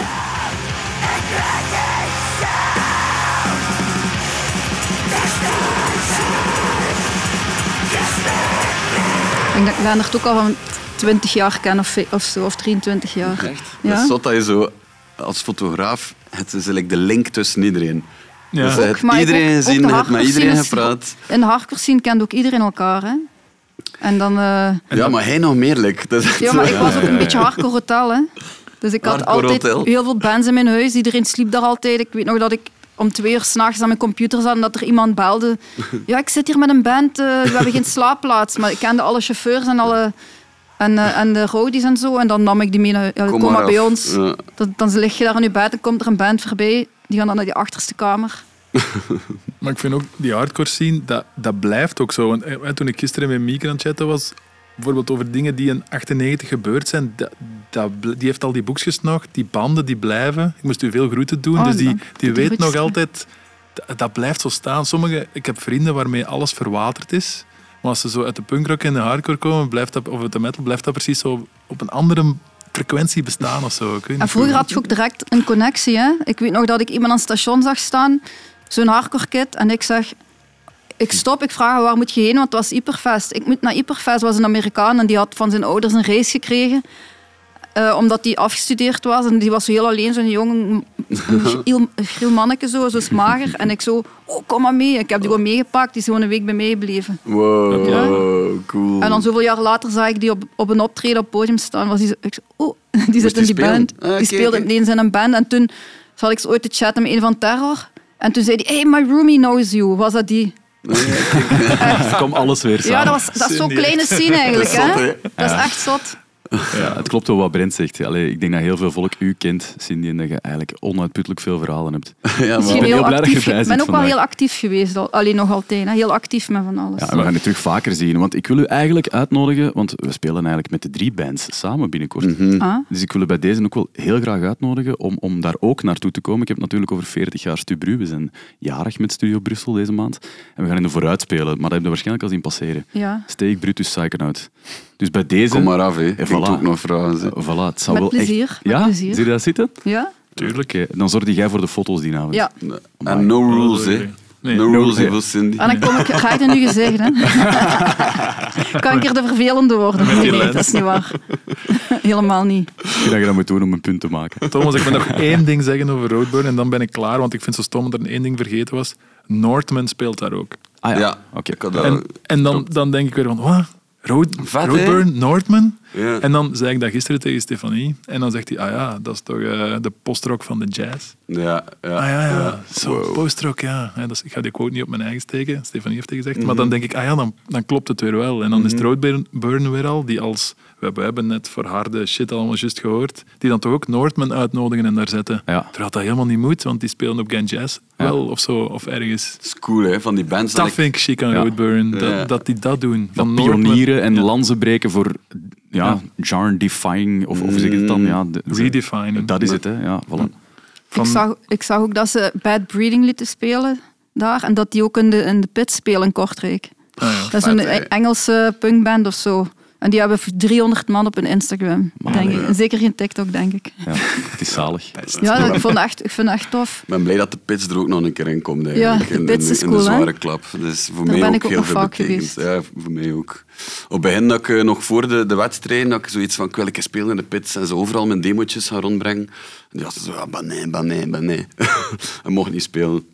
Ik denk dat ik Lennart ook al van twintig jaar ken of, of zo, of drieëntwintig jaar. Echt? Ja. Dat is zot dat je zo als fotograaf het is like de link tussen iedereen. Ja. Dus je hebt maar ik iedereen ook- ook gezien, de je hebt met hardcore iedereen scene is- gepraat. In de hardcore scene kent ook iedereen elkaar, hè. En dan... eh, Ja, maar hij nog meer. Like. Dat is echt Ja, maar zo. ik was ook een beetje hardcore hotel, hè. Dus ik had Hardcore altijd hotel. heel veel bands in mijn huis. Iedereen sliep daar altijd. Ik weet nog dat ik om twee uur s'nachts aan mijn computer zat en dat er iemand belde. Ja, ik zit hier met een band, uh, we hebben geen slaapplaats. Maar ik kende alle chauffeurs en, alle, en, uh, en de roadies en zo. En dan nam ik die mee naar... Ja, kom, maar maar bij af. ons. Ja. Dan, dan lig je daar aan je bed en komt er een band voorbij. Die gaan dan naar die achterste kamer. Maar ik vind ook die hardcore scene, dat, dat blijft ook zo. Want, eh, toen ik gisteren met Mieke aan het chatten was, bijvoorbeeld over dingen die in achtennegentig gebeurd zijn, dat, dat, bl- die heeft al die boekjes nog, die banden die blijven. Ik moest u veel groeten doen, Oh, dus die, dank. die Die weet groetjes. nog altijd... Dat, dat blijft zo staan. Sommige, ik heb vrienden waarmee alles verwaterd is, maar als ze zo uit de punkrock en de hardcore komen, blijft dat, of uit de metal, blijft dat precies zo op een andere frequentie bestaan of zo. Ik weet En niet. vroeger had je ook direct een connectie. Hè? Ik weet nog dat ik iemand aan het station zag staan, zo'n hardcore kid, en ik zeg... Ik stop, ik vraag waar moet je heen, want het was Hyperfest. Ik moet naar Hyperfest, was een Amerikaan en die had van zijn ouders een reis gekregen. Uh, omdat hij afgestudeerd was en die was zo heel alleen, zo'n jong, een griel manneke, zo, zo mager. En ik zo, oh, kom maar mee. Ik heb die gewoon meegepakt, die is gewoon een week bij mij gebleven. Wow, Ja. cool. En dan zoveel jaar later zag ik die op, op een optreden op het podium staan. Was die zo, ik zo, oh, die zit die in die spelen? band. Ah, die kijk, speelde kijk. ineens in een band. En toen zat ik zo ooit te chatten met een van Terror. En toen zei hij, hey, my roomie knows you. Was dat die? Er komt alles weer samen. Ja, dat, was, dat is zo'n Cindy. kleine scene eigenlijk. Dat is hè? zot, hè? Dat is echt zot. Ja, het klopt wel wat Brent zegt. Allee, ik denk dat heel veel volk u kent, Cindy, en dat je eigenlijk onuitputtelijk veel verhalen hebt. Ja, Misschien ben heel heel blij dat je actief. erbij Ik ben zit ook wel vandaag. heel actief geweest. al- Alleen nog altijd. Hè? Heel actief met van alles. Ja, en we gaan u terug vaker zien, want ik wil u eigenlijk uitnodigen, want we spelen eigenlijk met de drie bands samen binnenkort. Ah. Dus ik wil u bij deze ook wel heel graag uitnodigen om, om daar ook naartoe te komen. Ik heb het natuurlijk over veertig jaar Stubru. We zijn jarig met Studio Brussel deze maand. En we gaan in de vooruit spelen, maar dat heb je waarschijnlijk al zien passeren. Ja. Steek Brutus Psychonaut. Dus bij deze... Kom maar af, hè. Ik En moet voilà. ook nog vragen. zeg. Uh, voilà, het zou Met wel plezier, Echt... met Ja? plezier. Zie je dat zitten? Ja? Tuurlijk. Oké, dan zorg jij voor de foto's die avond. Ja. En no rules, hè. Nee. No No- rules, hè, nee. voor Cindy. En dan kom ik graag in uw gezicht. Hè. kan ik er de vervelende worden? Nee, nee, dat is niet waar. Helemaal niet. Ik denk dat je dat moet doen om een punt te maken. Thomas, ik wil nog één ding zeggen over Roadburn en dan ben ik klaar, want ik vind het zo stom dat er één ding vergeten was. Northman speelt daar ook. Ah ja, Ja, oké. ik had dat- En, en dan, dan denk ik weer van, wat? Road, Vet, hè? Roadburn, Northman? Ja. En dan zei ik dat gisteren tegen Stefanie. En dan zegt hij, ah ja, dat is toch eh, de postrock van de jazz? Ja, ja. Ah ja, ja, zo, Wow. postrock, ja. ja dat is, ik ga die quote niet op mijn eigen steken, Stefanie heeft het gezegd. Mhm. Maar dan denk ik, ah ja, dan, dan klopt het weer wel. En dan is het Roadburn Burn weer al, die als... We hebben- we hebben net voor harde shit allemaal juist gehoord. Die dan toch ook Northman uitnodigen en daar zetten. Ja. Terwijl dat helemaal niet moet, want die spelen op Gen Jazz wel of zo, of ergens. Dat is cool, hè, van die bands. Dat ik- vind ik chic aan Ja. Roadburn, dat, Ja. dat die dat doen. Dat Van Northman- pionieren en Ja. lanzen breken voor ja, Ja. genre-defying, of, of hoe zeg je het dan? Ja, de- Redefining. Dat is het, hè. Ja, voilà. Van- Ik, zag, ik zag ook dat ze Bad Breeding lieten spelen daar. En dat die ook in de, in de pit spelen in Kortrijk. Ah, ja. Dat is Vet, een hè. Engelse punkband of zo. En die hebben driehonderd man op hun Instagram. Denk ik. ja. En zeker geen TikTok, denk ik. Ja, het is zalig. Ja, dat, ik, vond het echt, ik vind het echt tof. Ik ben blij dat de pits er ook nog een keer in komt. Eigenlijk. Ja, de In- pits in, is in cool, de hè? zware klap. Dus voor Daar mij ben ook ik ook heel nog veel vaak betekend. geweest. Ja, voor mij ook. Op het begin dat ik eh, nog voor de, de wedstrijden, dat ik zoiets van, ik wil een keer spelen in de pits en ze overal mijn demootjes gaan rondbrengen. En die was zo, ah, bah nee, bah nee, bah nee. En mocht niet spelen.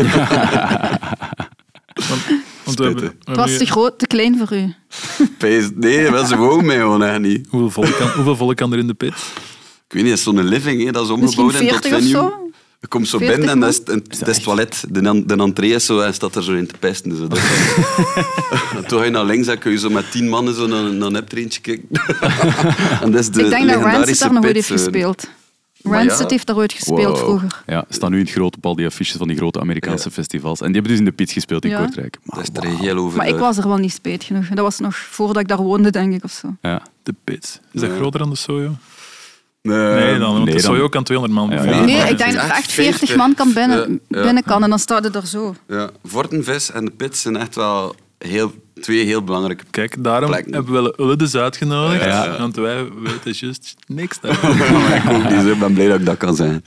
Want we hebben, we Het was hebben- te groot, te klein voor u. Pees- Nee, dat ze wou mij gewoon echt niet. hoeveel, volk kan, hoeveel volk kan er in de pit? Ik weet niet, het is zo'n living, hè, dat is Misschien omgebouwd en tot veertig of venue. zo? Je komt zo veertig binnen en dat man? is, het- het, is het toilet. De, an- de entree is zo en staat er zo in te pesten. Zo. Dat is en toen ga je naar links en kun je zo met tien mannen zo naar, naar een neptreintje kijken. En dat is de Ik denk dat Rancid legendarische daar nog ooit pit, heeft eh. gespeeld. Maar Rancid ja. heeft daar ooit gespeeld Wow. vroeger. Ja, staan nu in het groot op al die affiches van die grote Amerikaanse festivals. En die hebben dus in de pit gespeeld in Ja. Kortrijk. Dat Maar, is er heel over. Maar ik was er wel niet spijt genoeg. Dat was nog voordat ik daar woonde, denk ik, of zo. ja. De pit. Is dat Ja. groter dan de Sojo? Nee, Nee, dan, want nee, de dan- Sojo kan tweehonderd man. Ja, bevatten. ja. Nee, maar ik het denk is dat echt echt veertig veertig. man kan binnen, Ja, ja. binnen kan en dan staat het er zo. Ja, Vortenvis en de pit zijn echt wel heel twee heel belangrijke Kijk, daarom plekken. hebben we wel Ulle dus uitgenodigd, Ja. want wij weten juist niks daarvan. Ik ook niet, ik ben blij dat ik dat kan zijn.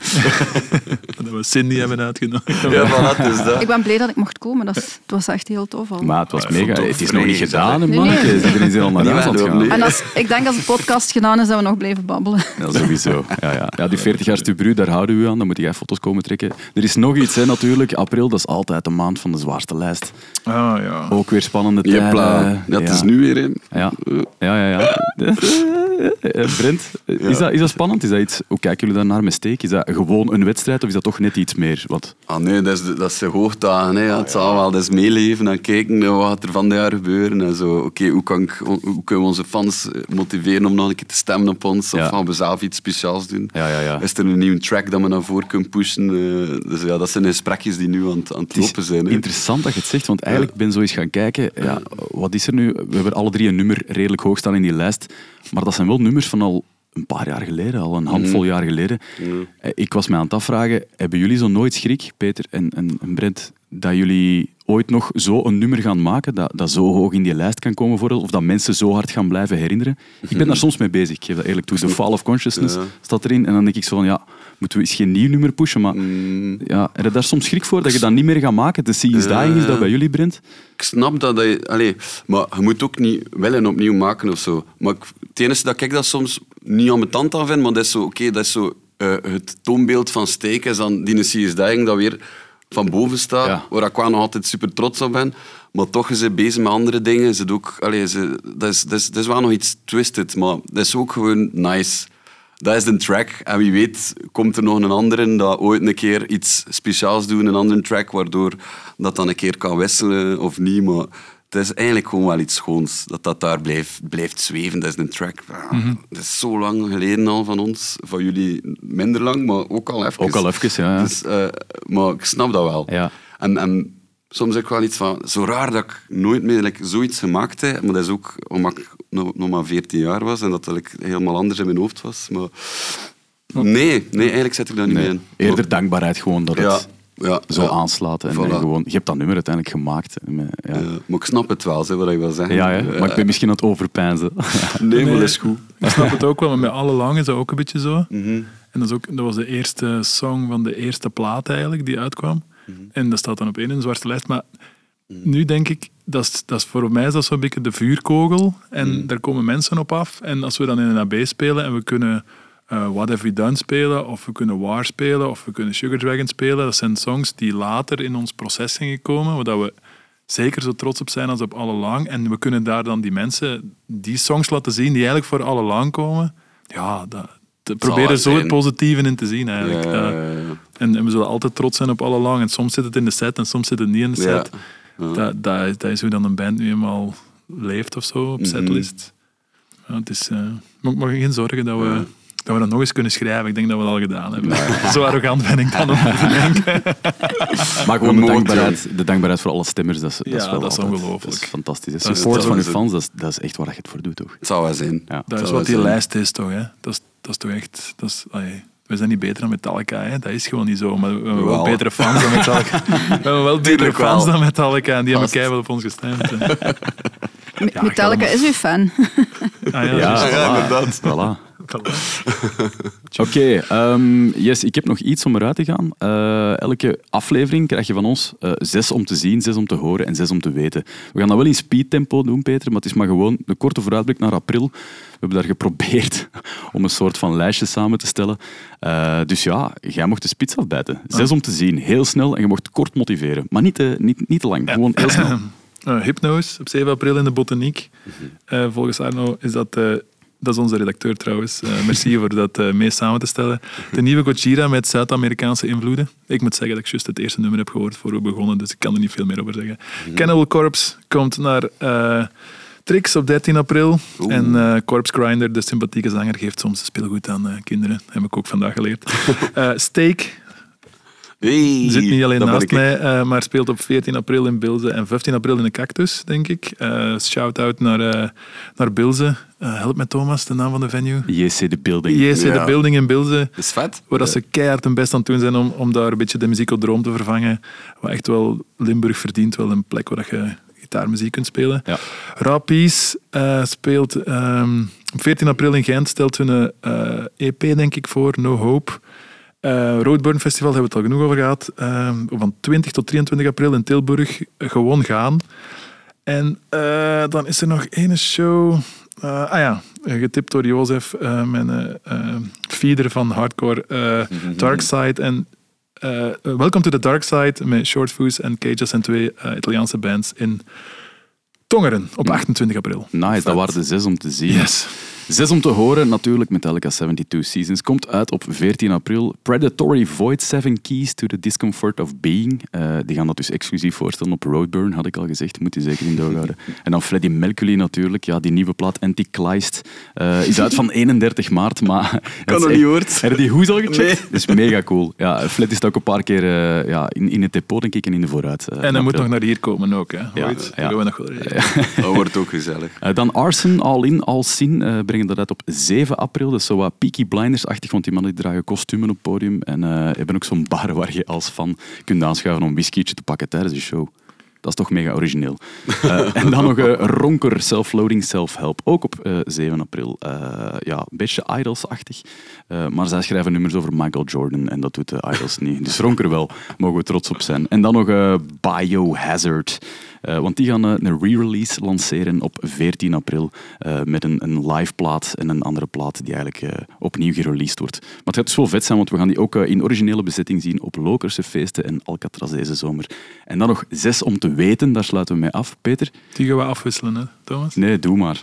Dat we Cindy hebben uitgenodigd. Ja, voilà, dus dat. Ik ben blij dat ik mocht komen. Dat is, het was echt heel tof al. Maar het was Ja, mega. vond het Het is vrij nog niet gezellig. gedaan, hè, Nee, manneke. nee. Iedereen is er al naar Niet huis aan het weglopen, gaan. nee. En als, ik denk als de podcast gedaan is, dat we nog blijven babbelen. Ja, sowieso. Ja, ja. Ja, die veertig jaar Stubru, daar houden we u aan. Dan moet jij foto's komen trekken. Er is nog iets, hè, natuurlijk. April, dat is altijd de maand van de zwaarste lijst. Ah, ja. Ook weer spannende tijden. Jepla, dat Ja. is nu weer in. Ja, ja, ja. ja. Eh, Brent, is, dat, is dat spannend? Is dat iets, hoe kijken jullie daarnaar met steek? Is dat gewoon een wedstrijd of is dat toch net iets meer? Wat? Ah nee, dat is, de- dat is de hoogdagen. Hè. Ja, het zal wel, dat is meeleven en kijken naar wat er van dit jaar gebeuren. En zo. Oké, hoe, kan ik, hoe kunnen we onze fans motiveren om nog een keer te stemmen op ons? Of Ja. gaan we zelf iets speciaals doen? Ja, ja, ja. Is er een nieuwe track dat we naar voren kunnen pushen? Eh, dus ja, dat zijn gesprekjes die nu aan, het- aan het Het is lopen zijn. Hè. interessant dat je het zegt, want eigenlijk ben ik zo eens gaan kijken. Ja, wat is er nu? We hebben alle drie een nummer redelijk hoog staan in die lijst. Maar dat zijn wel nummers van al een paar jaar geleden, al een handvol jaar geleden. Eh, Ik was mij aan het afvragen, hebben jullie zo nooit schrik, Peter en, en, en Brent, dat jullie ooit nog zo een nummer gaan maken dat, dat zo hoog in die lijst kan komen, bijvoorbeeld, of dat mensen zo hard gaan blijven herinneren? Ik ben daar soms mee bezig, ik geef dat eerlijk toe. The Fall of Consciousness Ja. staat erin en dan denk ik zo van, ja, moeten we eens geen nieuw nummer pushen, maar ja, heb je daar soms schrik voor dat je dat niet meer gaat maken? The Sea is Dying, is dat bij jullie, Brent? Ik snap dat, dat je... Allee, maar je moet ook niet willen opnieuw maken of zo. Maar ik, het enige dat ik dat soms niet aan mijn tand aan vind, maar dat is zo... Oké, dat is zo... eh, het toonbeeld van Steek is dan die C S Dying dat weer van boven staat, Ja. waar ik wel nog altijd super trots op ben. Maar toch is ze bezig met andere dingen. Ze doet ook... Allee, ze, dat, is, dat, is, dat is wel nog iets twisted, maar dat is ook gewoon nice. Dat is de track. En wie weet komt er nog een andere dat ooit een keer iets speciaals doet, een andere track, waardoor dat dan een keer kan wisselen of niet. Maar het is eigenlijk gewoon wel iets schoons. Dat dat daar blijft, blijft zweven. Dat is een track. Ja, dat is zo lang geleden al van ons. Van jullie minder lang, maar ook al even. Ook al even, ja. ja. Dus, eh, maar ik snap dat wel. Ja. En, en soms heb ik wel iets van... Zo raar dat ik nooit meer like, zoiets gemaakt heb. Maar dat is ook omdat ik nog, nog maar veertien jaar was en dat dat like, helemaal anders in mijn hoofd was. Maar nee, nee, eigenlijk zet ik daar niet Nee, mee in. eerder dankbaarheid gewoon dat Ja, het ja, zo ja. aanslaat. En, Voilà. en gewoon, je hebt dat nummer uiteindelijk gemaakt. En, eh, Ja, Ja, maar ik snap het wel, zeg, wat je wil zeggen. ja, hè, maar ik ben misschien aan het overpeinzen. Nee, maar Nee. dat is goed. Ik snap het ook wel, maar met Alle Lang is dat ook een beetje zo. Mhm. En dat, is ook, dat was de eerste song van de eerste plaat eigenlijk, die uitkwam. En dat staat dan op één in de zwarte lijst. Maar nu denk ik, dat is, dat is voor mij is dat zo'n beetje de vuurkogel. En daar komen mensen op af. En als we dan in een A B spelen en we kunnen eh, What Have We Done spelen, of we kunnen War spelen, of we kunnen Sugar Dragon spelen, dat zijn songs die later in ons proces zijn gekomen, waar we zeker zo trots op zijn als op Alle Lang. En we kunnen daar dan die mensen die songs laten zien die eigenlijk voor Alle Lang komen. Ja, dat, te proberen het zo het zijn. positieve in te zien eigenlijk. Ja, Dat- ja, ja. en, en we zullen altijd trots zijn op Alle Lang. En soms zit het in de set en soms zit het niet in de Ja. set. Dat, dat, is- dat is hoe dan een band nu eenmaal leeft of zo, op Mhm. setlist. Ja, het is, uh, maar ik mag je geen zorgen dat we, dat we dat nog eens kunnen schrijven. Ik denk dat we dat al gedaan hebben. Zo arrogant ben ik dan om te denken. Maar gewoon de Mooi, dankbaarheid, de dankbaarheid voor alle stemmers, dat is, dat is Ja, wel dat is altijd- ongelooflijk. Dat is fantastisch. hè. Dat is- Support dat van je is- fans, dat is, dat is echt waar je het voor doet, toch? Het zou wel zijn. Ja. Dat is zou wat die zijn. lijst is, toch? Hè? Dat, is, dat is toch echt... Dat is, allee, we zijn niet beter dan Metallica, hè? Dat is gewoon niet zo. Maar we hebben wel Wel. betere fans dan Metallica. We hebben wel betere Tuurlijk fans wel. dan Metallica en die hebben Vast. keihard op ons gestemd. hè. Me- Ja, Metallica ik is uw fan. Ah, ja, Ja, juist. ja, voilà. inderdaad. Voilà. Voilà. Oké, ehm, yes, ik heb nog iets om eruit te gaan. Eh, elke aflevering krijg je van ons eh, zes om te zien, zes om te horen en zes om te weten. We gaan dat wel in speedtempo doen, Peter, maar het is maar gewoon een korte vooruitblik naar april. We hebben daar geprobeerd om een soort van lijstje samen te stellen. Eh, dus ja, jij mocht de spits afbijten. Zes om te zien, heel snel, en je mocht kort motiveren. Maar niet te, niet, niet te lang, gewoon heel snel. Uh, Hypnose, op zeven april in de Botaniek. Uh, volgens Arno is dat... Uh, dat is onze redacteur trouwens. Uh, merci voor dat uh, mee samen te stellen. De nieuwe Gojira met Zuid-Amerikaanse invloeden. Ik moet zeggen dat ik juist het eerste nummer heb gehoord voor we begonnen, dus ik kan er niet veel meer over zeggen. Cannibal Corpse komt naar uh, Trix op dertien april. Oeh. En uh, Corpse Grinder, de sympathieke zanger, geeft soms speelgoed aan uh, kinderen. Heb ik ook vandaag geleerd. Uh, Steak Hey, zit niet alleen dat ben naast ik. mij, uh, maar speelt op veertien april in Bilze en vijftien april in de Cactus, denk ik. Uh, Shout-out naar, uh, naar Bilze. Uh, help me Thomas, de naam van de venue. J C de building. J C de Ja. Building in Bilze. Dat is vet. Waar dat ze keihard hun best aan het doen zijn om, om daar een beetje de muziekdroom te vervangen. Wat echt wel, Limburg verdient wel een plek waar dat je gitaarmuziek kunt spelen. Ja. Raw Peace uh, speelt um, op veertien april in Gent, stelt hun uh, E P denk ik voor, No Hope. Uh, Roadburn Festival hebben we het al genoeg over gehad. Uh, van twintig tot drieëntwintig april in Tilburg, uh, gewoon gaan. En uh, dan is er nog één show... Uh, ah ja, getipt door Jozef, uh, mijn uh, uh, feeder van Hardcore uh, Dark Side. En uh, Welcome to the Dark Side met Short Fuse en Cages en twee uh, Italiaanse bands in Tongeren op achtentwintig april. Nice, dat waren de zes om te zien. Yes. Zes om te horen, natuurlijk Metallica zevenentwintig Seasons. Komt uit op veertien april. Predatory Void, Seven Keys to the Discomfort of Being. Uh, die gaan dat dus exclusief voorstellen op Roadburn, had ik al gezegd. Moet je zeker in doorhouden. En dan Freddie Mercury natuurlijk. Ja, die nieuwe plaat Antichrist uh, is uit van eenendertig maart. Maar kan nog niet hoort. Heb je die hoes al gecheckt? Nee. Dat is mega cool. Ja, Fred is ook een paar keer uh, ja, in, in het depot, denk ik, en in de vooruit. Uh, en hij moet nog naar hier komen ook. Hè. Ja, Ooit. ja. Dat gaan we nog wel regelen. Dat wordt ook gezellig. Uh, dan Arson, All In, All Sin, uh, brengen dat uit op zeven april. Dat is zo wat Peaky Blinders-achtig, want die mannen die dragen kostuums op het podium en uh, hebben ook zo'n bar waar je als fan kunt aanschuiven om een whiskytje te pakken tijdens de show. Dat is toch mega origineel. Uh, en dan nog uh, Ronker, Self-Loading, Self-Help, ook op uh, zeven april. Uh, ja, een beetje Idols-achtig, uh, maar zij schrijven nummers over Michael Jordan en dat doet de Idols niet. Dus Ronker wel, mogen we trots op zijn. En dan nog uh, Biohazard. Uh, want die gaan uh, een re-release lanceren op veertien april uh, met een, een live plaat en een andere plaat die eigenlijk uh, opnieuw gereleased wordt. Maar het gaat dus wel vet zijn, want we gaan die ook uh, in originele bezetting zien op Lokerse feesten en Alcatraz deze zomer. En dan nog zes om te weten, daar sluiten we mee af. Peter? Die gaan we afwisselen, hè, Thomas? Nee, doe maar.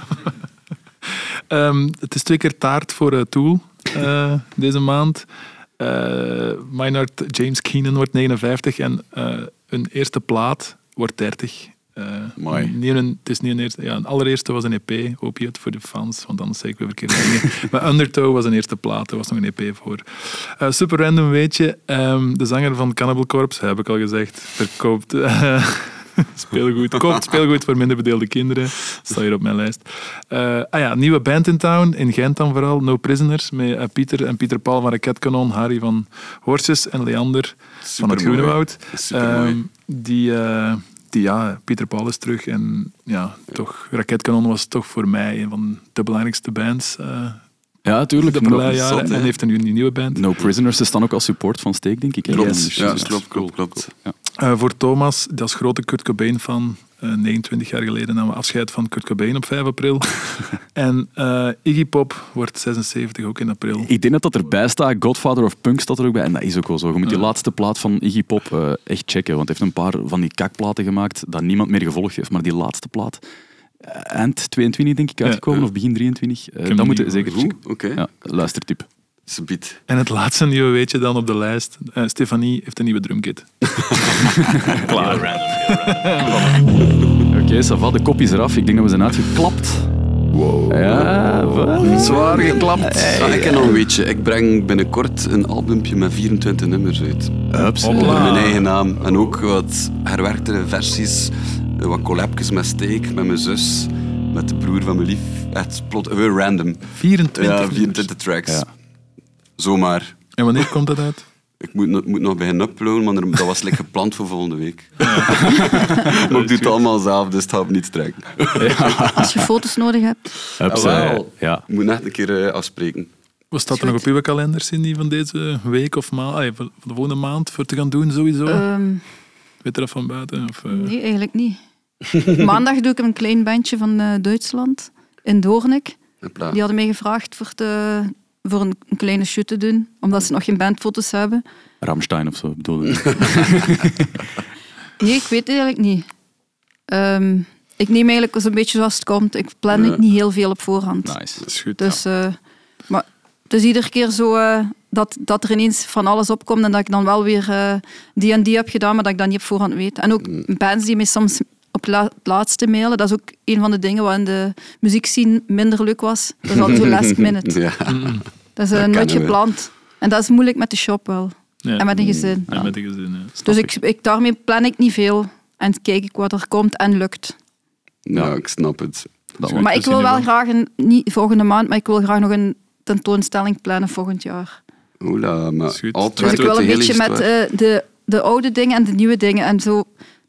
um, het is twee keer taart voor uh, Tool uh, deze maand. Uh, Maynard James Keenan wordt negenenvijftig en uh, hun eerste plaat wordt dertig. Uh, niet een, het is niet een eerste. Ja, een allereerste was een E P, Opiate voor de fans, want anders zeg ik weer verkeerde dingen. Maar Undertow was een eerste plaat, er was nog een E P voor. Uh, super random weetje, um, de zanger van Cannibal Corpse, heb ik al gezegd, verkoopt uh, speelgoed, koopt speelgoed voor minder bedeelde kinderen. Staat hier op mijn lijst. Uh, ah ja, nieuwe band in town, in Gent dan vooral, No Prisoners, met uh, Pieter en Pieter Paul van Raketkanon, Harry van Horses en Leander van het Groenewoud. Um, die... Uh, Die, ja, Pieter Paul is terug en ja, toch, Raketkanon was toch voor mij een van de belangrijkste bands. Uh, ja, natuurlijk. De voorbije jaren. En heeft er nu een nieuwe band. No Prisoners, ze staan ook als support van Steek, denk ik. Klopt, Dus, ja, dus, klopt, klopt, klopt. Ja. Uh, voor Thomas, dat is grote Kurt Cobain fan. Uh, negenentwintig jaar geleden namen we afscheid van Kurt Cobain op vijf april. En uh, Iggy Pop wordt zesenzeventig, ook in april. Ik denk dat dat erbij staat. Godfather of Punk staat er ook bij. En dat is ook wel zo. Je moet die ja. laatste plaat van Iggy Pop uh, echt checken. Want hij heeft een paar van die kakplaten gemaakt dat niemand meer gevolgd heeft. Maar die laatste plaat, uh, eind tweeëntwintig denk ik uitgekomen, ja, ja. of begin drieëntwintig. Uh, dat moet je zeker checken. Okay. Ja, luistertip. Subiet. En het laatste nieuwe weetje dan op de lijst. Uh, Stefanie heeft een nieuwe drumkit. Klaar. Oké, okay, ça va, de kop is eraf. Ik denk dat we zijn uitgeklapt. Wow. Ja, wat? Zwaar geklapt. Hey, ah, ik heb nog een weetje. Ik breng binnenkort een albumpje met vierentwintig nummers uit. Ups. Onder mijn eigen naam. En ook wat herwerkte versies. Wat collabjes met Steek, met mijn zus, met de broer van mijn lief. Echt plot, weer random. vierentwintig Ja, vierentwintig tracks. Ja. Zomaar. En wanneer komt dat uit? Ik moet, moet nog beginnen uploaden, maar er, dat was like gepland voor volgende week. Ja. Maar ik doe het allemaal zelf, dus het gaat niet trekken. Ja. Als je foto's nodig hebt. Ups, ja, uh, ja. Ik moet echt een keer uh, afspreken. Wat staat er nog op uw kalender, Cindy, van deze week of maand, ah, van de volgende maand voor te gaan doen sowieso? Um, Weet je dat van buiten? Of, uh... Nee, eigenlijk niet. Maandag doe ik een klein bandje van uh, Duitsland, in Doornik. Hopla. Die hadden mij gevraagd voor, te, voor een, een kleine shoot te doen, omdat ze nog geen bandfoto's hebben. Rammstein of zo, bedoel je? Nee, ik weet het eigenlijk niet. Um, ik neem eigenlijk zo'n beetje zoals het komt. Ik plan ja. niet heel veel op voorhand. Nice. Dat is goed. Dus, ja. uh, maar het is iedere keer zo uh, dat, dat er ineens van alles opkomt en dat ik dan wel weer uh, die en die heb gedaan, maar dat ik dat niet op voorhand weet. En ook mm. bands die mij soms op la- het laatste mailen, dat is ook een van de dingen wat in de muziekscene minder leuk was. Dat is altijd zo last minute. Ja. Mm. Dat is uh, nooit gepland. En dat is moeilijk met de shop wel. Ja. En met een gezin. Ja, met een gezin, ja. Dus ik, ik, daarmee plan ik niet veel. En kijk ik wat er komt en lukt. Ja, ik snap het. Dat maar ik wil wel graag, een, niet volgende maand, maar ik wil graag nog een tentoonstelling plannen volgend jaar. Oela, maar goed. altijd dus ik wil een beetje met uh, de, de oude dingen en de nieuwe dingen. En zo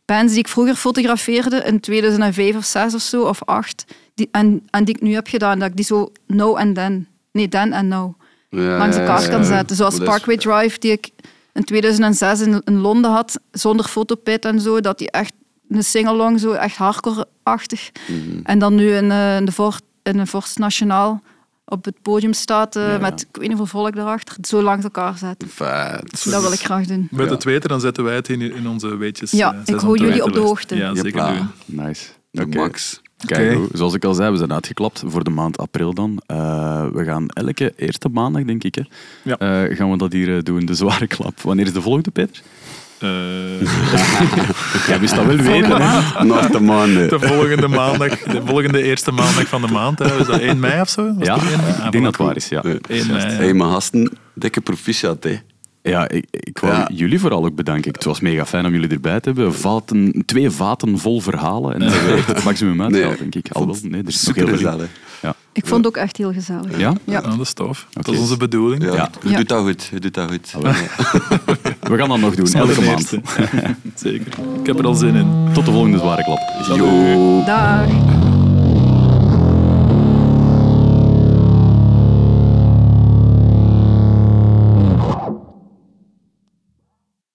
bands die ik vroeger fotografeerde in tweeduizend vijf of zes of zo, of acht, die, en, en die ik nu heb gedaan, dat ik die zo now en then, nee, then en now, Ja, langs elkaar ja, kan ja. zetten. Zoals Maar dat is- Parkway Drive, die ik in tweeduizend zes in, in Londen had, zonder fotopit en zo, dat die echt een sing-along, zo echt hardcore-achtig. Mhm. En dan nu in, uh, in de Vorst, in de Vorst Nationaal op het podium staat, uh, Ja, ja. met ik weet niet hoeveel volk daarachter, zo langs elkaar zetten. Vet. Dat wil ik graag doen. Met Ja. het weten, dan zetten wij het in, in onze weetjes. Ja, eh, ik zes hou aan jullie op de Twitter-lijst. hoogte. Ja, zeker Jepla. doen. Nice. De Oké. max. Kijk, Oké. zoals ik al zei, we zijn uitgeklapt voor de maand april dan. Uh, we gaan elke eerste maandag, denk ik, hè, Ja. uh, gaan we dat hier uh, doen, de zware klap. Wanneer is de volgende, Peter? Eh, Jij wist dat wel weten, hè? Nog de maanden. de volgende maandag, de volgende eerste maandag van de maand, hè. Is dat één mei of zo? Was Ja, dat één mei? ik denk dat het waar is, ja. één mei, ja. Hey, mijn gasten, dikke proficiat, hè. Ja, ik, ik wou Ja. jullie vooral ook bedanken. Het was mega fijn om jullie erbij te hebben. Vaten, twee vaten vol verhalen. En dat hebben we echt het maximum uitgehaald, denk ik. Al wel, nee, er is nog heel Super veel in. gezellig. Ja. Ik vond het ook echt heel gezellig. Ja? Ja. Ja, dat is tof. Dat Oké. is onze bedoeling. Ja, Ja. Je Ja. doet dat goed. Je doet dat goed. Ah, wel. We gaan dat nog doen, Dat is elke de maand. eerste. Zeker. Ik heb er al zin in. Tot de volgende zware klap. Yo. Dag.